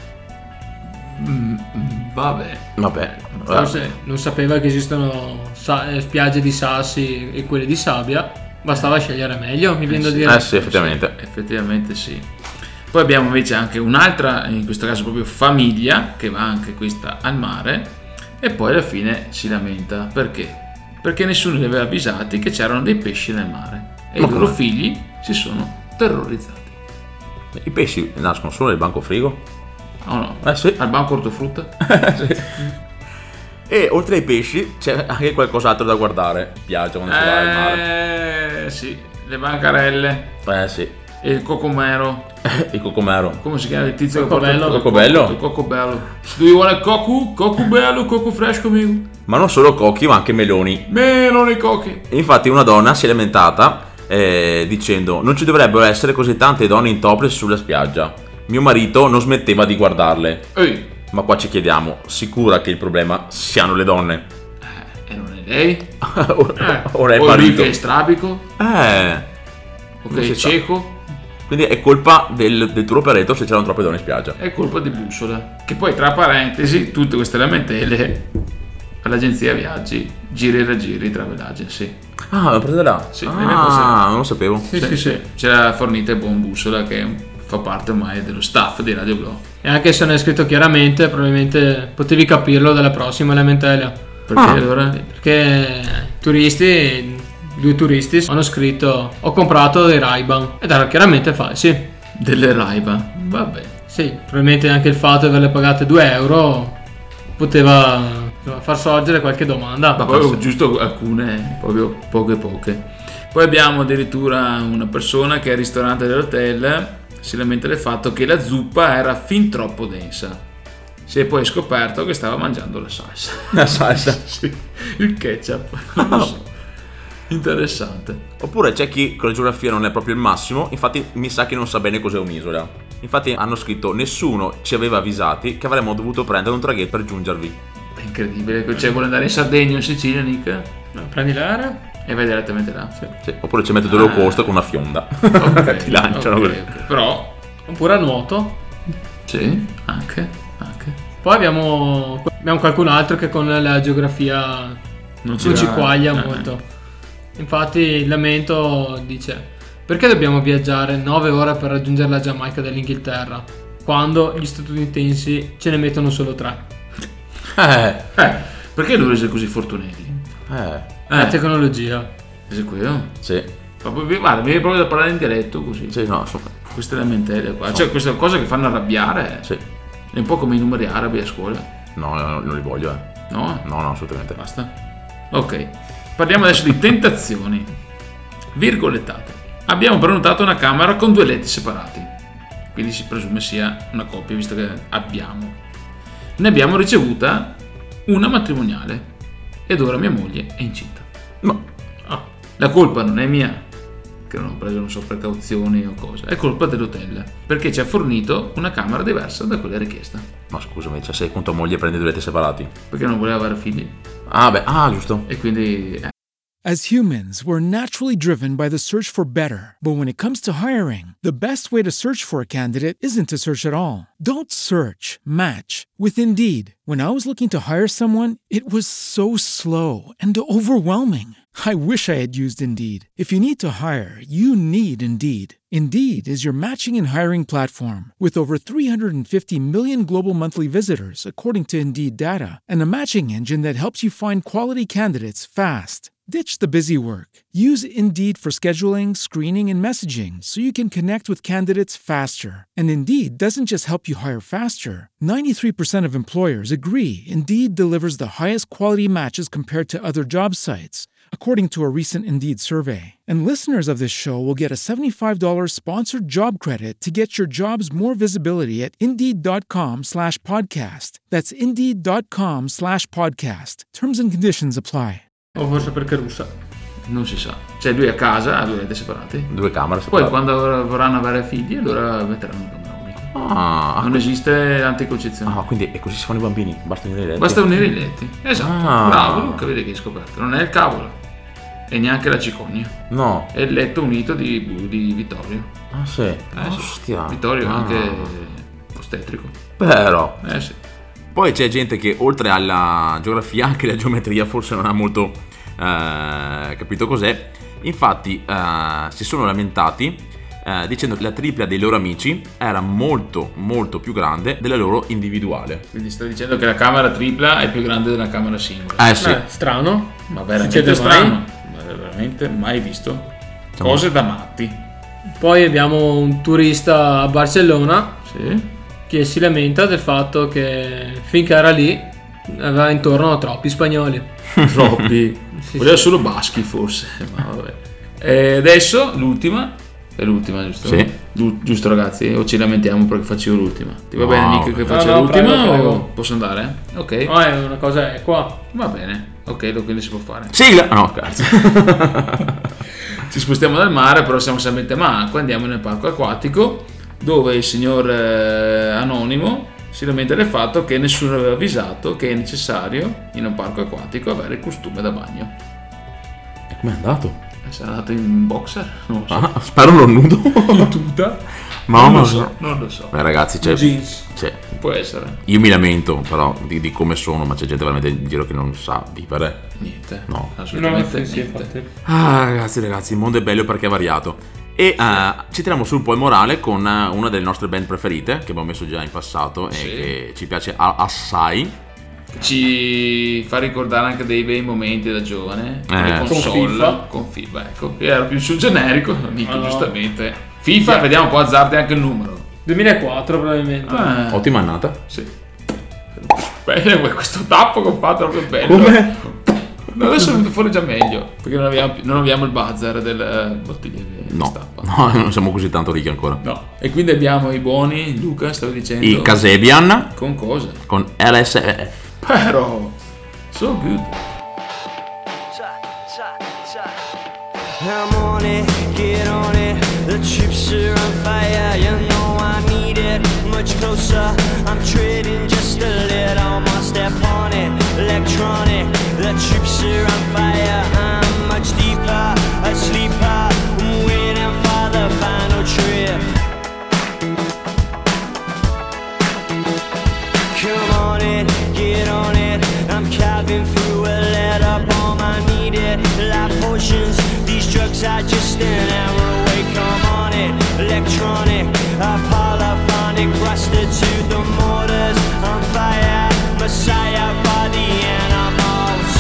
Speaker 3: Mm, vabbè.
Speaker 4: Vabbè.
Speaker 2: Forse non sapeva che esistono sa- spiagge di sassi e quelle di sabbia, bastava scegliere meglio, mi viene
Speaker 3: eh
Speaker 2: da
Speaker 3: sì.
Speaker 2: dire.
Speaker 4: Eh sì, effettivamente.
Speaker 3: Sì, effettivamente sì. Poi abbiamo invece anche un'altra, in questo caso proprio famiglia, che va anche questa al mare, e poi alla fine si lamenta. Perché? Perché nessuno li aveva avvisati che c'erano dei pesci nel mare e Ma i loro come? figli si sono terrorizzati.
Speaker 4: I pesci nascono solo nel banco frigo?
Speaker 3: Oh no?
Speaker 4: Eh sì.
Speaker 3: Al banco ortofrutta?
Speaker 4: Sì. E oltre ai pesci c'è anche qualcos'altro da guardare. Spiaggia quando
Speaker 3: eh,
Speaker 4: si va al mare.
Speaker 3: Eh sì, le bancarelle.
Speaker 4: Eh sì.
Speaker 3: E il cocomero.
Speaker 4: Il cocomero.
Speaker 3: Come si chiama il tizio?
Speaker 2: Cocobello.
Speaker 4: Cocobello.
Speaker 3: Il cocobello. Do you want a coco? Coco bello, coco fresco amico.
Speaker 4: Ma non solo cocchi, ma anche meloni.
Speaker 3: Meloni cocchi.
Speaker 4: Infatti una donna si è lamentata eh, dicendo: non ci dovrebbero essere così tante donne in topless sulla spiaggia. Mio marito non smetteva di guardarle.
Speaker 3: Ehi.
Speaker 4: Ma qua ci chiediamo, sicura che il problema siano le donne?
Speaker 3: Eh, e non è lei?
Speaker 4: o,
Speaker 3: eh.
Speaker 4: o è il
Speaker 3: o
Speaker 4: marito?
Speaker 3: Lui che è strabico?
Speaker 4: Eh.
Speaker 3: O che è cieco?
Speaker 4: Quindi è colpa del, del tour operator se c'erano troppe donne in spiaggia.
Speaker 3: È colpa di Bussola. Che poi, tra parentesi, tutte queste lamentele all'agenzia viaggi, giri e raggiri, travel agency.
Speaker 4: Ah, l'ho presa là?
Speaker 3: Sì,
Speaker 4: ah, non lo sapevo.
Speaker 3: Sì, sì, sì, sì. C'era fornita il buon Bussola che è un fa parte ormai dello staff di Radio Globo.
Speaker 2: E anche se non è scritto chiaramente, probabilmente potevi capirlo dalla prossima lamentela.
Speaker 3: Perché ah. allora?
Speaker 2: Perché i turisti, due turisti hanno scritto ho comprato dei Ray-Ban ed erano chiaramente falsi.
Speaker 3: Delle Ray-Ban? Vabbè.
Speaker 2: Sì, probabilmente anche il fatto di averle pagate due euro poteva insomma, far sorgere qualche domanda.
Speaker 3: Ma proprio giusto alcune, proprio poche poche. Poi abbiamo addirittura una persona che al ristorante dell'hotel si lamenta del fatto che la zuppa era fin troppo densa. Si è poi scoperto che stava mangiando la salsa.
Speaker 4: La salsa?
Speaker 3: Sì, il ketchup. Non lo so. Interessante.
Speaker 4: Oppure c'è chi con la geografia non è proprio il massimo, infatti mi sa che non sa bene cos'è un'isola. Infatti hanno scritto nessuno ci aveva avvisati che avremmo dovuto prendere un traghetto per giungervi.
Speaker 3: È incredibile, cioè vuole andare in Sardegna o in Sicilia, Nick?
Speaker 2: No, prendi l'aereo
Speaker 3: e vai direttamente là.
Speaker 4: Sì. Sì. Oppure ci mette low cost con una fionda.
Speaker 3: Okay,
Speaker 4: ti lanciano
Speaker 3: okay,
Speaker 4: così.
Speaker 3: Okay. Però
Speaker 2: oppure a nuoto.
Speaker 3: Sì, anche, anche.
Speaker 2: Poi abbiamo, abbiamo qualcun altro che con la geografia non, non ci quaglia eh. molto. Infatti il lamento dice: perché dobbiamo viaggiare nove ore per raggiungere la Giamaica dall'Inghilterra quando gli statunitensi ce ne mettono solo tre?
Speaker 3: Eh, eh perché loro sono così fortunati?
Speaker 4: Eh,
Speaker 2: la eh. tecnologia.
Speaker 3: È quello?
Speaker 4: Sì.
Speaker 3: Proprio, guarda, mi viene proprio da parlare in dialetto così.
Speaker 4: Sì, no, so.
Speaker 3: Queste lamentele qua, cioè queste cose che fanno arrabbiare.
Speaker 4: Sì.
Speaker 3: È un po' come i numeri arabi a scuola.
Speaker 4: No, no, non li voglio, eh.
Speaker 3: No?
Speaker 4: No, no, assolutamente.
Speaker 3: Basta. Ok. Parliamo adesso di tentazioni. Virgolettate. Abbiamo prenotato una camera con due letti separati. Quindi si presume sia una coppia, visto che abbiamo. Ne abbiamo ricevuta una matrimoniale. Ed ora mia moglie è incinta.
Speaker 4: No.
Speaker 3: Ah. La colpa non è mia, che non ho preso, non so, precauzioni o cose. È colpa dell'hotel, perché ci ha fornito una camera diversa da quella richiesta.
Speaker 4: Ma scusami, cioè sei con tua moglie prende due letti separati?
Speaker 3: Perché non voleva avere figli.
Speaker 4: Ah beh, ah giusto.
Speaker 3: E quindi... Eh.
Speaker 1: As humans, we're naturally driven by the search for better. But when it comes to hiring, the best way to search for a candidate isn't to search at all. Don't search, match with Indeed. When I was looking to hire someone, it was so slow and overwhelming. I wish I had used Indeed. If you need to hire, you need Indeed. Indeed is your matching and hiring platform with over three hundred fifty million global monthly visitors, according to Indeed data, and a matching engine that helps you find quality candidates fast. Ditch the busy work. Use Indeed for scheduling, screening, and messaging so you can connect with candidates faster. And Indeed doesn't just help you hire faster. ninety-three percent of employers agree Indeed delivers the highest quality matches compared to other job sites, according to a recent Indeed survey. And listeners of this show will get a seventy-five dollars sponsored job credit to get your jobs more visibility at Indeed.com slash podcast. That's Indeed.com slash podcast. Terms and conditions apply.
Speaker 2: O forse perché è russa.
Speaker 3: Non si sa. Cioè lui a casa ha due letti separati.
Speaker 4: Due camere separate.
Speaker 3: Poi quando vorranno avere figli allora metteranno una camera unica.
Speaker 4: Ah,
Speaker 3: non esiste anticoncezione.
Speaker 4: Ah, quindi e così si fanno i bambini? Basta unire i letti?
Speaker 3: Basta unire i letti. Esatto.
Speaker 4: Ah.
Speaker 3: Bravo Luca, vedi che hai scoperto. Non è il cavolo. E neanche la cicogna.
Speaker 4: No.
Speaker 3: È il letto unito di, di Vittorio.
Speaker 4: Ah sì.
Speaker 3: Eh,
Speaker 4: Ostia.
Speaker 3: Sì. Vittorio è
Speaker 4: ah.
Speaker 3: anche ostetrico.
Speaker 4: Però.
Speaker 3: Eh sì.
Speaker 4: Poi c'è gente che oltre alla geografia anche la geometria forse non ha molto eh, capito cos'è. Infatti eh, si sono lamentati eh, dicendo che la tripla dei loro amici era molto molto più grande della loro individuale.
Speaker 3: Quindi stai dicendo che la camera tripla è più grande della camera singola.
Speaker 4: Eh sì.
Speaker 2: Beh, strano.
Speaker 3: Ma veramente strano. Ma veramente mai visto. Cose da matti.
Speaker 2: Poi abbiamo un turista a Barcellona.
Speaker 3: Sì.
Speaker 2: Che si lamenta del fatto che finché era lì aveva intorno a troppi spagnoli.
Speaker 3: Troppi?
Speaker 2: Sì,
Speaker 3: Voleva
Speaker 2: sì.
Speaker 3: solo baschi forse, ma vabbè. E adesso l'ultima, è l'ultima giusto?
Speaker 4: Sì.
Speaker 3: Giu- giusto ragazzi, o ci lamentiamo perché faccio l'ultima? Ti va
Speaker 4: No.
Speaker 3: bene Nick che faccia
Speaker 2: No, no,
Speaker 3: l'ultima
Speaker 2: prego, prego.
Speaker 3: o posso andare? Ok.
Speaker 2: No, è una cosa equa.
Speaker 3: Va bene, ok, quindi si può fare.
Speaker 4: Sigla! No, cazzo.
Speaker 3: Ci spostiamo dal mare, però siamo sempre in tema acqua, andiamo nel parco acquatico, dove il signor eh, anonimo si lamenta del fatto che nessuno aveva avvisato che è necessario in un parco acquatico avere il costume da bagno.
Speaker 4: E com'è andato?
Speaker 3: Sarà andato in boxer? Non lo so.
Speaker 4: Ah, spero non nudo.
Speaker 3: In tuta?
Speaker 4: Ma
Speaker 3: non
Speaker 4: non
Speaker 3: lo
Speaker 4: lo
Speaker 3: so,
Speaker 4: so.
Speaker 3: non lo so.
Speaker 4: Beh ragazzi, c'è,
Speaker 3: Jeans.
Speaker 4: c'è,
Speaker 3: Può essere.
Speaker 4: io mi lamento però di, di come sono, ma c'è gente veramente in giro che non sa vivere.
Speaker 3: Niente.
Speaker 4: No.
Speaker 3: Assolutamente
Speaker 2: No, sì,
Speaker 3: niente.
Speaker 2: infatti.
Speaker 4: Ah ragazzi ragazzi, il mondo è bello perché è variato. E uh, ci tiriamo su un po' il morale con una delle nostre band preferite che abbiamo messo già in passato
Speaker 3: Sì.
Speaker 4: e che ci piace a- assai.
Speaker 3: Ci fa ricordare anche dei bei momenti da giovane con le
Speaker 4: Eh.
Speaker 3: console,
Speaker 2: Con FIFA.
Speaker 3: con FIFA, ecco, che era più sul generico, Nick,
Speaker 2: Ah, no.
Speaker 3: giustamente. FIFA, yeah. Vediamo un po', azzardi anche il numero.
Speaker 2: duemilaquattro probabilmente.
Speaker 3: Ah.
Speaker 4: Ottima annata.
Speaker 3: Sì. Bene, questo tappo che ho fatto è proprio bello.
Speaker 4: Come?
Speaker 3: No, adesso è venuto fuori già meglio, perché non abbiamo, più- non abbiamo il buzzer del eh, bottigliere.
Speaker 4: No, no, non siamo così tanto ricchi ancora.
Speaker 3: No. E quindi abbiamo i buoni, Luca, stavo dicendo.
Speaker 4: I Kasabian
Speaker 3: Con cosa?
Speaker 4: con L S F.
Speaker 3: Però, so good.
Speaker 8: I'm on it, get on it. The troops are on fire, you know I need it. Much closer, I'm treading just a little more. Step on it, electronic. The troops are on fire, I'm much deeper, a sleeper. I'm waiting for the final trip. Come on it, get on it. I'm carving through a letter bomb. I need it, like potions. These drugs are just an hour away. Come on it, electronic, a polyphonic, rusted to the mortars. On fire, messiah for the animals.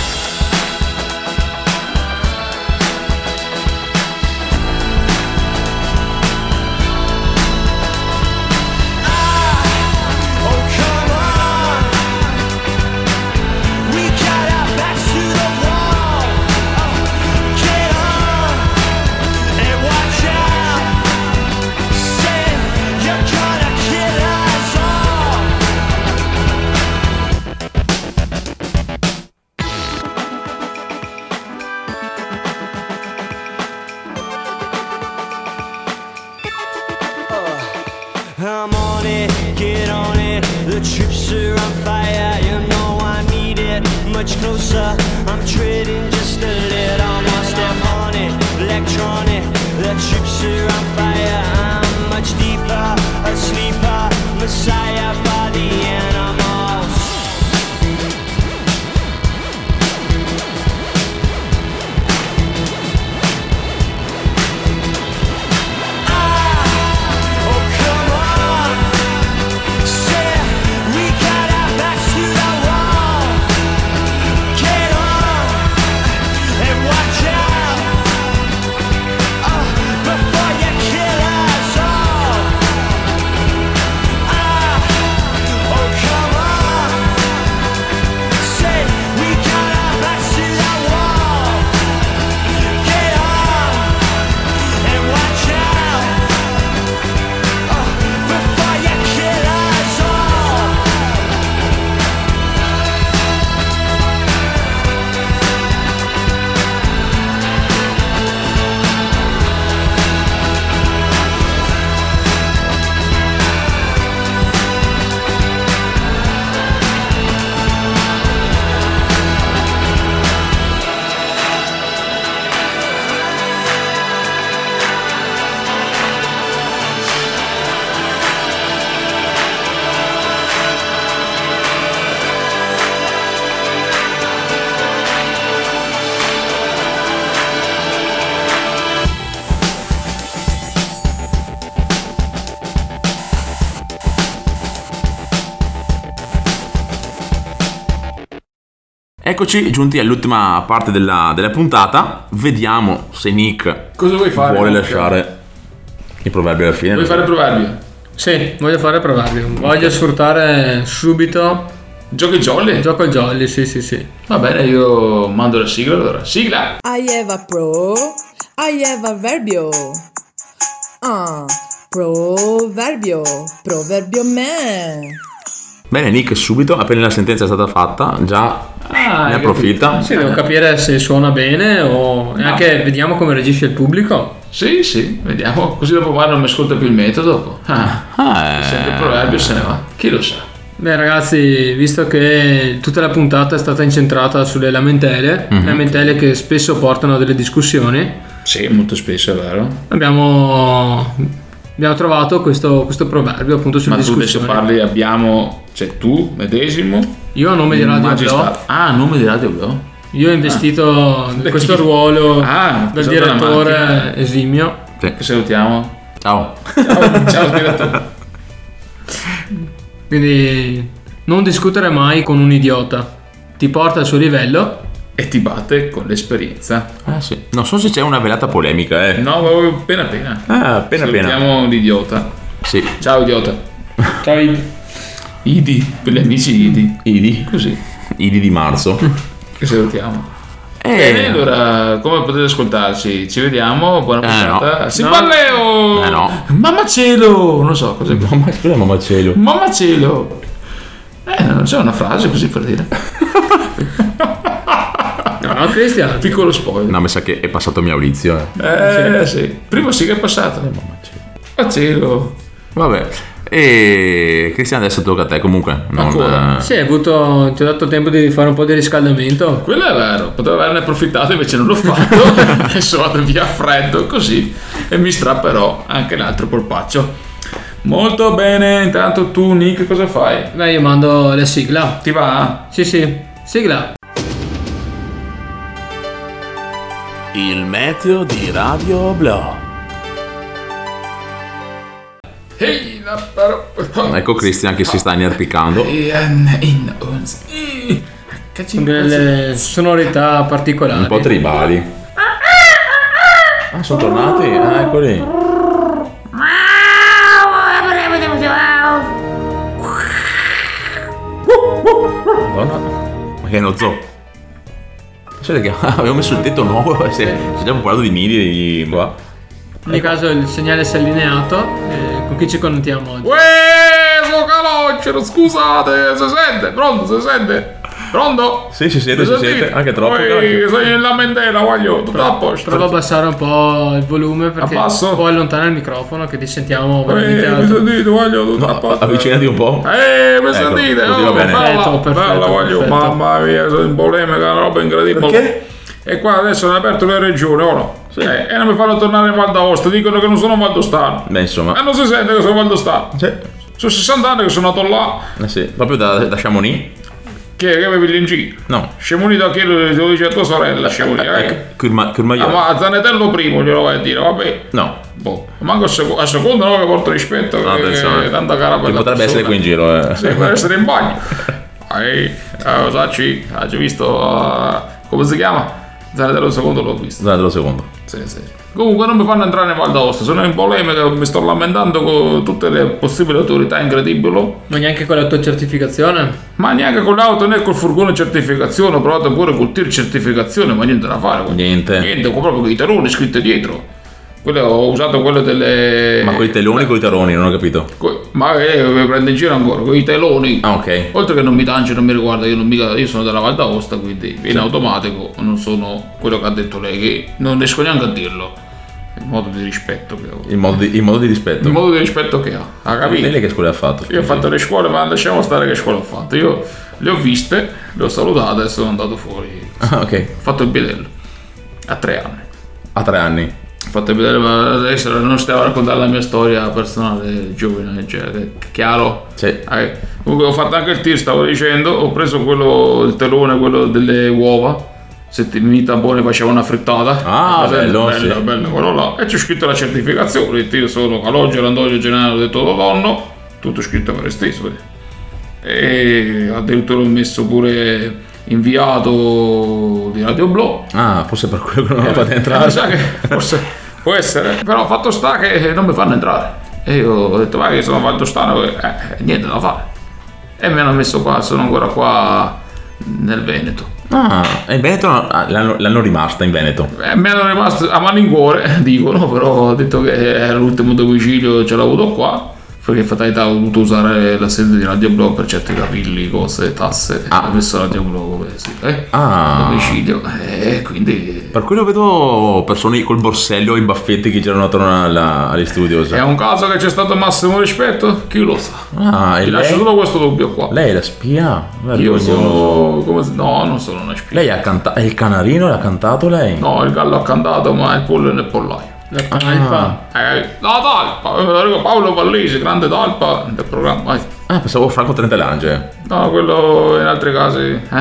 Speaker 8: I'm on it, get on it. The troops are on fire, you know I need it. Much closer, I'm treading just a little more. Step on it, electronic. The troops are on fire, I'm much deeper, a sleeper, messiah for the animals.
Speaker 4: Eccoci giunti all'ultima parte della, della puntata. Vediamo se Nick
Speaker 3: Cosa vuoi fare?
Speaker 4: vuole
Speaker 3: Luca?
Speaker 4: lasciare il proverbio alla fine.
Speaker 3: Vuoi fare il proverbio?
Speaker 2: Sì, voglio fare il proverbio. Voglio sfruttare subito.
Speaker 3: Giochi jolly?
Speaker 2: Gioco il jolly, sì, sì, sì.
Speaker 3: Va bene, io mando la sigla allora. Sigla!
Speaker 19: I have a pro, I have a verbio. Ah, proverbio, proverbio me.
Speaker 4: Bene, Nick subito, appena la sentenza è stata fatta, già
Speaker 2: Ah,
Speaker 4: ne approfitta.
Speaker 2: Sì, devo capire se suona bene o e anche vediamo come reagisce il pubblico.
Speaker 3: Sì, sì, vediamo. Così dopo guarda non mi ascolta più il metodo dopo. Ah,
Speaker 4: Ah, eh.
Speaker 3: sente il proverbio se ne va. Chi lo sa?
Speaker 2: Beh ragazzi, visto che tutta la puntata è stata incentrata sulle lamentele,
Speaker 3: Mhm.
Speaker 2: lamentele che spesso portano a delle discussioni,
Speaker 3: Sì, molto spesso è vero.
Speaker 2: abbiamo, abbiamo trovato questo, questo proverbio appunto sulle
Speaker 3: Ma tu adesso
Speaker 2: discussioni.
Speaker 3: parli, abbiamo, cioè tu, medesimo.
Speaker 2: Io a nome di
Speaker 3: il
Speaker 2: Radio
Speaker 3: magistrato.
Speaker 2: Blo.
Speaker 3: Ah, a nome di Radio Blo.
Speaker 2: Io ho investito
Speaker 3: Ah.
Speaker 2: questo
Speaker 3: Chi?
Speaker 2: ruolo
Speaker 3: Ah,
Speaker 2: del
Speaker 3: pensavo della
Speaker 2: direttore
Speaker 3: macchina.
Speaker 2: esimio
Speaker 3: Che salutiamo.
Speaker 4: Ciao.
Speaker 3: Ciao, ciao direttore.
Speaker 2: Quindi non discutere mai con un idiota, ti porta al suo livello
Speaker 3: e ti batte con l'esperienza.
Speaker 4: Ah sì. Non so se c'è una velata polemica, eh.
Speaker 3: No, appena appena.
Speaker 4: Ah, appena appena.
Speaker 3: Salutiamo l'idiota.
Speaker 4: Sì.
Speaker 3: Ciao idiota.
Speaker 2: Ciao Idi.
Speaker 3: Idi, per gli amici Idi.
Speaker 4: Idi?
Speaker 3: Così.
Speaker 4: Idi di marzo.
Speaker 3: Che salutiamo.
Speaker 4: Eh.
Speaker 3: Bene, allora, come potete ascoltarci? Ci vediamo, buona puntata.
Speaker 4: no.
Speaker 3: Si
Speaker 2: No.
Speaker 3: balleo!
Speaker 4: Eh no.
Speaker 3: Mamma cielo! Non so cos'è.
Speaker 4: Mamma, cos'è mamma cielo?
Speaker 3: Mamma cielo! Eh, non c'è una frase così per dire.
Speaker 2: No, Cristian.
Speaker 3: Piccolo spoiler.
Speaker 4: No, mi sa che è passato Maurizio. Eh,
Speaker 3: Eh, sì. Prima sì che è passato.
Speaker 4: mamma cielo.
Speaker 3: Mamma cielo.
Speaker 4: Vabbè. E Cristian, adesso tocca a te comunque. Non,
Speaker 3: Ancora?
Speaker 4: eh,
Speaker 2: Sì, hai avuto, ti ho dato tempo di fare un po' di riscaldamento.
Speaker 3: Quello è vero, potevo averne approfittato, invece non l'ho fatto. Adesso vado via a freddo così e mi strapperò anche l'altro polpaccio. Molto bene, intanto tu Nick cosa fai?
Speaker 2: Beh, io mando la sigla.
Speaker 3: Ti va?
Speaker 2: Sì, sì, sigla.
Speaker 4: Il meteo di Radio Blo.
Speaker 3: Ehi, la però.
Speaker 4: Ecco Cristian che si sta inerpicando.
Speaker 2: Con delle sonorità particolari.
Speaker 4: Un po' tribali. Ah, sono tornati? Ah, eccoli. Madonna. Ma che è uno zoo? Sai che avevo messo il tetto nuovo e si è già parlato di nidi di qua.
Speaker 2: In ogni caso il segnale si è allineato. Eh, con chi ci connettiamo oggi?
Speaker 3: Uè, sono calocero, scusate, si sente? Pronto, si sente? Pronto?
Speaker 4: Sì, si sente, si sente, anche troppo.
Speaker 3: Uè, sei in lamentela, voglio, tutto a posto.
Speaker 2: Prova a abbassare un po' il volume perché
Speaker 3: Abbasso?
Speaker 2: poi allontana il microfono che ti sentiamo
Speaker 3: Uè,
Speaker 2: veramente
Speaker 3: mi
Speaker 2: alto.
Speaker 3: sentite, voglio, tutto a
Speaker 4: No,
Speaker 3: posto.
Speaker 4: avvicinati un po'.
Speaker 3: Eh, mi
Speaker 4: Ecco,
Speaker 3: sentite?
Speaker 4: così va
Speaker 3: Oh,
Speaker 4: bene.
Speaker 3: bella,
Speaker 2: Perfetto, perfetto,
Speaker 3: bella, voglio,
Speaker 2: perfetto.
Speaker 3: mamma mia, sono in polemica, una roba incredibile.
Speaker 4: Perché?
Speaker 3: E qua adesso hanno aperto le regioni, o no? Sì. Eh, e non mi fanno tornare in Val d'Aosta, dicono che non sono valdostano.
Speaker 4: Beh, insomma.
Speaker 3: E non si sente che sono valdostano.
Speaker 4: Sì.
Speaker 3: Sono sessanta anni che sono nato là.
Speaker 4: Eh sì, proprio da, da Chamonix?
Speaker 3: Che, che avevi in giro?
Speaker 4: No.
Speaker 3: Scemoni da che lo dice a tua sorella, Scemoni, eh?
Speaker 4: Curma, Curmaiolo.
Speaker 3: Ah, ma a Zanetello primo glielo vai a dire, vabbè.
Speaker 4: No.
Speaker 3: Boh. Manco a, seco- a secondo no che porto rispetto,
Speaker 4: No,
Speaker 3: che,
Speaker 4: attenzione.
Speaker 3: che tanta cara per
Speaker 4: Che
Speaker 3: la
Speaker 4: potrebbe essere
Speaker 3: persona.
Speaker 4: qui in giro, eh.
Speaker 3: Sì, può essere in bagno. Ehi, eh, Sacci, hai già visto, uh, come si chiama? Zanetello secondo l'ho visto.
Speaker 4: Zanetello secondo.
Speaker 3: Sì, sì. Comunque non mi fanno entrare in Val d'Aosta, sono in polemica, mi sto lamentando con tutte le possibili autorità incredibili.
Speaker 2: Ma neanche con la tua certificazione?
Speaker 3: Ma neanche con l'auto né col furgone certificazione, ho provato pure col tir certificazione, ma niente da fare.
Speaker 4: Niente.
Speaker 3: Niente, proprio con i teloni scritti dietro. Quelle, ho usato quelle delle...
Speaker 4: Ma con i teloni o con i taroni? Non ho capito.
Speaker 3: Co- Ma eh, mi prendo in giro ancora, con i teloni.
Speaker 4: Ah, ok.
Speaker 3: Oltre che non mi tange, non mi riguarda, io, non mica, io sono della Val d'Aosta, quindi in automatico non sono quello che ha detto lei, che non riesco neanche a dirlo. Il modo di rispetto che ho.
Speaker 4: Il modo di, il modo di rispetto.
Speaker 3: Il modo di rispetto che ha, ha capito?
Speaker 4: Lei che scuola ha fatto?
Speaker 3: Io ho fatto le scuole, ma lasciamo stare che scuola ho fatto. Io le ho viste, le ho salutate e sono andato fuori.
Speaker 4: Ah, ok.
Speaker 3: Ho fatto il bidello. A tre anni.
Speaker 4: A tre anni.
Speaker 3: Ho fatto il bidello, ma adesso non stiamo a raccontare la mia storia personale giovane, cioè, che- chiaro?
Speaker 4: Sì.
Speaker 3: Eh, comunque ho fatto anche il tir, stavo dicendo, ho preso quello, il telone, quello delle uova. Se i tamponi faceva una frittata.
Speaker 4: Ah,
Speaker 3: Presente?
Speaker 4: bello,
Speaker 3: bello,
Speaker 4: sì.
Speaker 3: bello quello là. E c'è scritto la certificazione. Il tir sono Calogero, Antonio Gennaro detto Dodonno, tutto scritto per stesso. vedi. E addirittura ho messo pure inviato di Radio Blo.
Speaker 4: Ah, forse per quello che non
Speaker 3: Eh,
Speaker 4: l'ho fatto
Speaker 3: mi
Speaker 4: entrare.
Speaker 3: sa che forse può essere. Però fatto sta che non mi fanno entrare. E io ho detto, vai che sono valdostano, eh, niente da fare. E mi hanno messo qua, sono ancora qua nel Veneto.
Speaker 4: Ah, e in Veneto ah, l'hanno, l'hanno rimasta in Veneto.
Speaker 3: Eh, mi hanno rimasto a malincuore, dicono, però ho detto che era l'ultimo domicilio, ce l'ho avuto qua. Perché fatalità ho dovuto usare la sede di Radio Blog per certi capilli, cose, tasse.
Speaker 4: Ah.
Speaker 3: Ho messo Radio Blog come sì, eh?
Speaker 4: Ah.
Speaker 3: domicilio. E quindi
Speaker 4: Per quello vedo persone col borsello e i baffetti che c'erano attorno alla, agli studios.
Speaker 3: è un caso che c'è stato massimo rispetto? Chi lo sa?
Speaker 4: Ah, e
Speaker 3: Ti lascio
Speaker 4: lei?
Speaker 3: solo questo dubbio qua.
Speaker 4: Lei è la spia?
Speaker 3: Io
Speaker 4: Vergognoso.
Speaker 3: sono come se- no, non sono una spia.
Speaker 4: Lei ha cantato. È il canarino? L'ha cantato lei?
Speaker 3: No, il gallo ha cantato, ma il pollo nel pollaio.
Speaker 2: La talpa.
Speaker 3: Eh, la talpa, me lo ricordo, Paolo Vallesi, grande talpa del programma. Vai.
Speaker 4: Ah, pensavo Franco Trentelange.
Speaker 3: No, quello in altri casi, eh?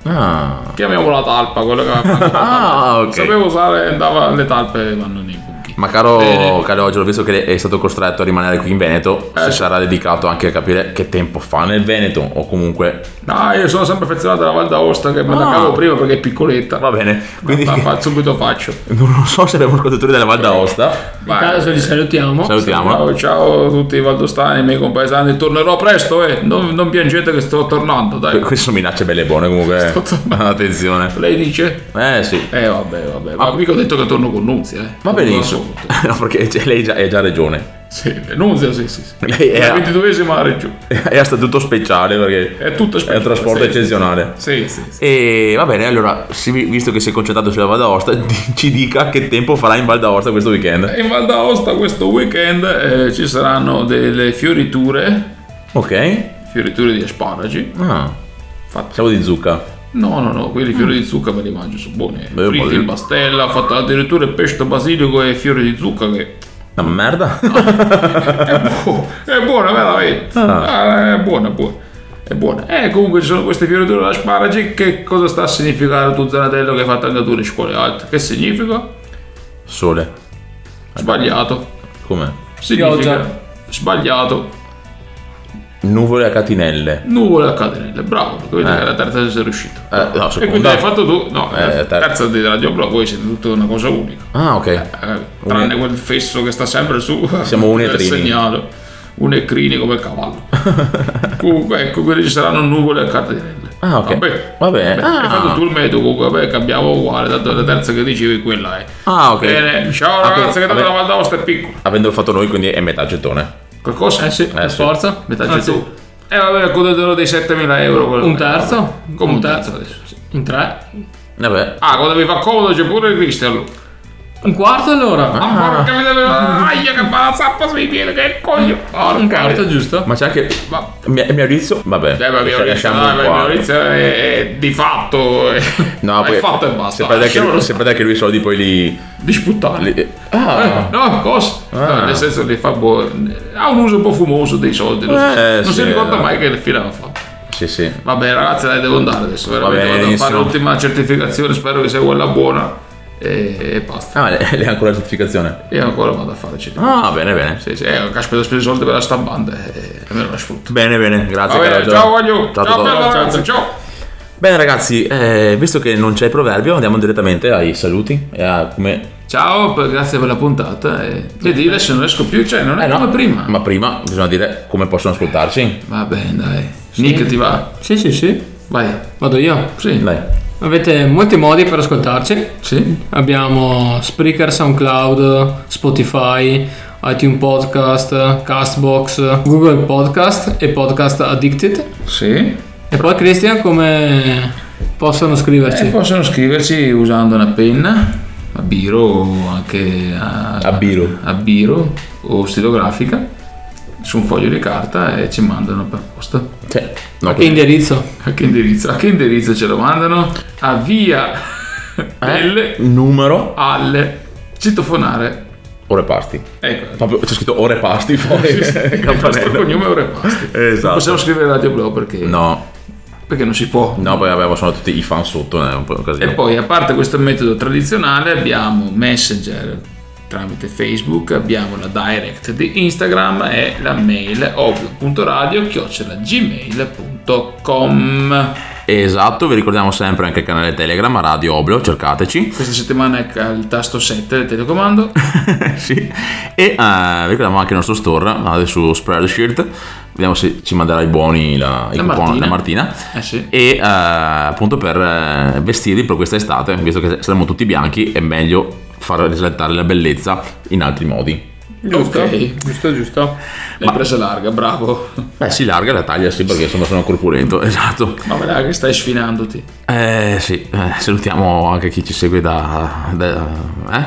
Speaker 4: Ah.
Speaker 3: Chiamiamola talpa, quello che aveva
Speaker 4: Ah, ok.
Speaker 3: sapevo usare, andava, le talpe vanno nei buchi.
Speaker 4: Ma caro Calogero, visto che è stato costretto a rimanere qui in Veneto, eh. si sarà dedicato anche a capire che tempo fa nel Veneto, o comunque...
Speaker 3: No, io sono sempre affezionato alla Val d'Aosta, che me la cavo prima perché è piccoletta.
Speaker 4: Va bene, quindi
Speaker 3: ma, ma, subito faccio.
Speaker 4: Non so se abbiamo ascoltatori della Val d'Aosta.
Speaker 2: In caso li salutiamo.
Speaker 4: Salutiamo.
Speaker 3: Ciao, ciao a tutti i valdostani, i miei compaesani. Tornerò presto, eh. Non, non piangete che sto tornando, dai.
Speaker 4: Queste sono minacce belle e buone comunque. Attenzione.
Speaker 3: Lei dice?
Speaker 4: Eh sì.
Speaker 3: Eh vabbè, vabbè. Ma mica ho detto che torno con Nunzia, eh.
Speaker 4: Va benissimo. No, perché lei già, è già regione.
Speaker 3: Sì, Nunzia, sì, sì. sì.
Speaker 4: Lei è
Speaker 3: la ventiduesima regione.
Speaker 4: È a statuto speciale perché
Speaker 3: è tutto speciale.
Speaker 4: È un trasporto
Speaker 3: sì,
Speaker 4: eccezionale.
Speaker 3: Sì, sì, sì.
Speaker 4: E va bene, allora, visto che si è concentrato sulla Val d'Aosta, ci dica che tempo farà in Val d'Aosta questo weekend.
Speaker 3: In Val d'Aosta questo weekend eh, ci saranno delle fioriture.
Speaker 4: Ok.
Speaker 3: Fioriture di asparagi.
Speaker 4: Ah. Pensavo di zucca.
Speaker 3: No, no, no, quelli fiori di zucca me li mangio, sono buoni. Fritti in pastella, fatto addirittura il pesto basilico e fiori di zucca che...
Speaker 4: Una merda?
Speaker 3: No, è, bu- è buona, veramente. Ah. È buona, è buona. È buona. E comunque ci sono queste fioriture di asparagi. Che cosa sta a significare tu, Zanatello, che hai fatto anche tu le scuole alte? Che significa?
Speaker 4: Sole.
Speaker 3: Sbagliato.
Speaker 4: Come?
Speaker 3: Significa
Speaker 2: Pioggia.
Speaker 3: Sbagliato.
Speaker 4: Nuvole a catinelle.
Speaker 3: Nuvole a catenelle, bravo, perché vedi
Speaker 4: Eh.
Speaker 3: che la terza sei riuscito.
Speaker 4: Eh, no,
Speaker 3: e quindi hai fatto tu, no,
Speaker 4: Eh,
Speaker 3: la
Speaker 4: ter-
Speaker 3: terza di Radio Bro, voi siete tutta una cosa unica.
Speaker 4: Ah, ok.
Speaker 3: Eh, tranne quel fesso che sta sempre su.
Speaker 4: Siamo
Speaker 3: nel
Speaker 4: unetrini.
Speaker 3: segnale. Unecrini come il cavallo. Comunque, ecco, quindi ci saranno nuvole a catenelle.
Speaker 4: Ah, ok.
Speaker 3: Vabbè,
Speaker 4: Vabbè.
Speaker 3: Beh,
Speaker 4: Ah.
Speaker 3: hai fatto tu il metodo, comunque, vabbè, cambiamo uguale, tanto la terza che dicevi quella è.
Speaker 4: Ah, ok.
Speaker 3: Bene, ciao
Speaker 4: Ah,
Speaker 3: ragazzi, che
Speaker 4: vabbè.
Speaker 3: tanto la Val d'Aosta è piccola.
Speaker 4: Avendolo fatto noi, quindi è metà gettone.
Speaker 3: Qualcosa?
Speaker 2: Eh sì, per
Speaker 4: sì.
Speaker 2: forza.
Speaker 3: Metà
Speaker 2: Anzi,
Speaker 3: gettone. E eh, vabbè, godetelo dei settemila euro. quello
Speaker 2: un
Speaker 3: che-
Speaker 2: terzo?
Speaker 3: Come
Speaker 2: Un
Speaker 3: un terzo adesso?
Speaker 2: In tre?
Speaker 4: Vabbè.
Speaker 3: Ah, quando vi fa comodo c'è pure il Cristian.
Speaker 2: Un quarto allora?
Speaker 3: Ah, porca miseria, aia che fa la zappa sui piedi, che coglio.
Speaker 2: Un quarto, giusto?
Speaker 4: Ma c'è anche Mi- Maurizio? Vabbè.
Speaker 3: Eh, ma Maurizio,
Speaker 4: lasciamo
Speaker 3: dai,
Speaker 4: un
Speaker 3: ma
Speaker 4: quarto.
Speaker 3: Maurizio è, è di fatto. È,
Speaker 4: No,
Speaker 3: è
Speaker 4: poi
Speaker 3: fatto e basta.
Speaker 4: Se prende anche lui,
Speaker 3: Lasciamolo
Speaker 4: se prende anche lui i soldi poi li...
Speaker 3: di sputtare.
Speaker 4: li- Ah.
Speaker 3: Eh, no, cosa?
Speaker 4: Ah.
Speaker 3: No, nel senso li fa buono. Ha un uso un po' fumoso dei soldi. Non, si-
Speaker 4: Eh,
Speaker 3: non
Speaker 4: sì,
Speaker 3: si ricorda
Speaker 4: no.
Speaker 3: mai che fine ha fatto.
Speaker 4: Sì, sì.
Speaker 3: Vabbè, ragazzi, dai, devo andare adesso. Veramente vado a fare
Speaker 4: benissimo.
Speaker 3: l'ultima certificazione. Spero che sia quella buona. E, e basta.
Speaker 4: Ah, lei lei ha ancora la certificazione?
Speaker 3: Io ancora vado a fare certificazione.
Speaker 4: Ah, bene, bene.
Speaker 3: Sì, sì, eh, caspita, ho speso soldi per la stampante e me la sfrutto.
Speaker 4: Bene, bene, grazie.
Speaker 3: Va bene,
Speaker 4: Carogio.
Speaker 3: ciao, voglio.
Speaker 4: Ciao,
Speaker 3: Ciao,
Speaker 4: ciao,
Speaker 3: bella,
Speaker 4: ciao.
Speaker 3: ragazzi, ciao.
Speaker 4: Bene ragazzi, eh, visto che non c'è il proverbio, andiamo direttamente ai saluti e a come...
Speaker 3: Ciao, per- grazie per la puntata. E vedi, adesso non esco più, cioè non è
Speaker 4: Eh, no.
Speaker 3: come prima.
Speaker 4: Ma prima bisogna dire come possono ascoltarci.
Speaker 3: Va bene, dai. Nick ti va?
Speaker 2: Sì, sì, sì.
Speaker 3: Vai.
Speaker 2: Vado io.
Speaker 3: Sì.
Speaker 4: Dai.
Speaker 2: Avete molti modi per ascoltarci.
Speaker 3: Sì.
Speaker 2: Abbiamo Spreaker, SoundCloud, Spotify, iTunes Podcast, Castbox, Google Podcast e Podcast Addicted.
Speaker 3: Sì.
Speaker 2: E poi Cristian, come possono scriverci?
Speaker 3: E possono scriverci usando una penna, a biro o anche a,
Speaker 4: A biro.
Speaker 3: a biro o stilografica su un foglio di carta e ci mandano per posta.
Speaker 4: Sì. No,
Speaker 2: A che indirizzo?
Speaker 3: A che indirizzo? A che indirizzo ce lo mandano? A via delle
Speaker 4: numero
Speaker 3: alle citofonare.
Speaker 4: ore pasti.
Speaker 3: Ecco.
Speaker 4: Proprio c'è scritto ore pasti fuori.
Speaker 3: Il nostro
Speaker 4: Campanello.
Speaker 3: cognome è Orepasti.
Speaker 4: Esatto.
Speaker 3: Non possiamo scrivere Radio Bro perché,
Speaker 4: No.
Speaker 3: perché non si può.
Speaker 4: No, poi avevamo sono tutti i fan sotto, è un po' un casino.
Speaker 3: E poi, a parte questo metodo tradizionale, abbiamo Messenger tramite Facebook, abbiamo la direct di Instagram e la mail oblo punto radio chiocciola gmail punto com.
Speaker 4: Esatto, vi ricordiamo sempre anche il canale Telegram Radio Oblo, cercateci.
Speaker 3: Questa settimana è il tasto sette del telecomando.
Speaker 4: Sì. E eh, vi ricordiamo anche il nostro store, andate su Spreadshirt, vediamo se ci manderà i buoni la, i
Speaker 3: La
Speaker 4: coupon
Speaker 3: Martina.
Speaker 4: la Martina.
Speaker 3: Eh sì.
Speaker 4: E eh, appunto per eh, vestirli per questa estate, visto che saremo tutti bianchi, è meglio far risaltare la bellezza in altri modi.
Speaker 2: Giusto,
Speaker 3: Ok.
Speaker 2: giusto, giusto.
Speaker 3: L'hai presa larga, bravo.
Speaker 4: Beh, si larga la taglia, sì, perché insomma sono corpulento, esatto.
Speaker 3: Ma me la che stai sfinandoti.
Speaker 4: Eh sì, eh, salutiamo anche chi ci segue da... da eh?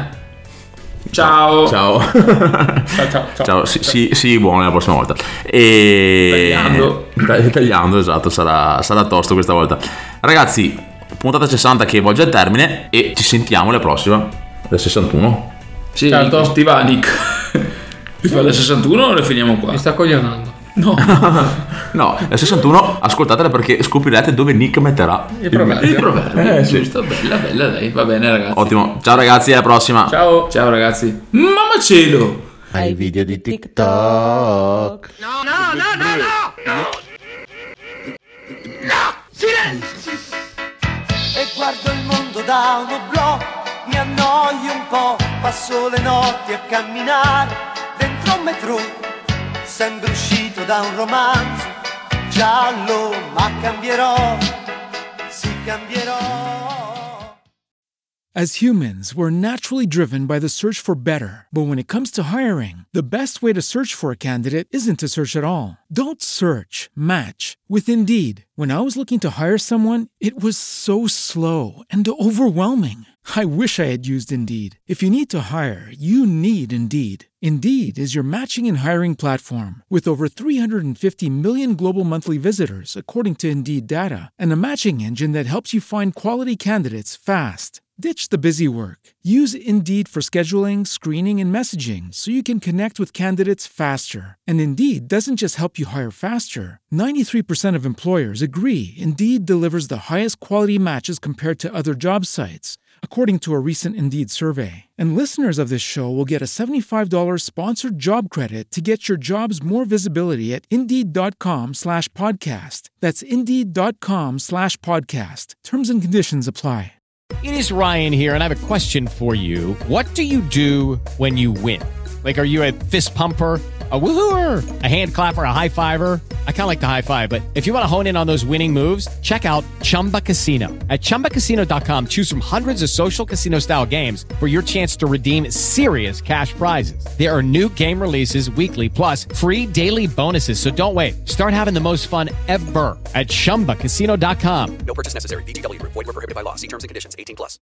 Speaker 3: Ciao.
Speaker 4: Ciao.
Speaker 2: Ciao, ciao, ciao.
Speaker 4: Ciao, sì, sì, sì, buono la prossima volta. E...
Speaker 3: Tagliando.
Speaker 4: Ta- Tagliando, esatto, sarà, sarà tosto questa volta. Ragazzi, puntata sessanta che volge al termine e ci sentiamo la prossima, del sessantuno.
Speaker 3: Sì,
Speaker 2: Certo.
Speaker 3: Stivanic. Li fa da sessantuno o le finiamo qua?
Speaker 2: Mi sta coglionando.
Speaker 3: No.
Speaker 4: No, è sessantuno, ascoltatela perché scoprirete dove Nick metterà
Speaker 3: Il proverbio. Il proverbio.
Speaker 4: Eh, sì.
Speaker 3: Giusto, bella, bella lei. Va bene, ragazzi.
Speaker 4: Ottimo. Ciao ragazzi, alla prossima.
Speaker 3: Ciao. Ciao ragazzi. Mamma cielo.
Speaker 6: Ai video di TikTok.
Speaker 7: No, no, no, no, no! No! No! Silenzio!
Speaker 8: E guardo il mondo da uno oblò, mi annoio un po', passo le notti a camminare dentro un metro, sembro uscito da un romanzo giallo, ma cambierò, sì cambierò.
Speaker 1: As humans, we're naturally driven by the search for better. But when it comes to hiring, the best way to search for a candidate isn't to search at all. Don't search, match with Indeed. When I was looking to hire someone, it was so slow and overwhelming. I wish I had used Indeed. If you need to hire, you need Indeed. Indeed is your matching and hiring platform with over three hundred fifty million global monthly visitors, according to Indeed data, and a matching engine that helps you find quality candidates fast. Ditch the busy work. Use Indeed for scheduling, screening, and messaging so you can connect with candidates faster. And Indeed doesn't just help you hire faster. ninety-three percent of employers agree Indeed delivers the highest quality matches compared to other job sites, according to a recent Indeed survey. And listeners of this show will get a seventy-five dollars sponsored job credit to get your jobs more visibility at Indeed.com slash podcast. That's Indeed.com slash podcast. Terms and conditions apply.
Speaker 12: It is Ryan here, and I have a question for you. What do you do when you win? Like, are you a fist pumper, a woohooer, a hand clapper, a high fiver? I kind of like the high five, but if you want to hone in on those winning moves, check out Chumba Casino. At Chumba Casino dot com, choose from hundreds of social casino style games for your chance to redeem serious cash prizes. There are new game releases weekly, plus free daily bonuses. So don't wait. Start having the most fun ever at Chumba Casino dot com.
Speaker 13: No purchase necessary. V G W. Void where prohibited by law. See terms and conditions. eighteen plus.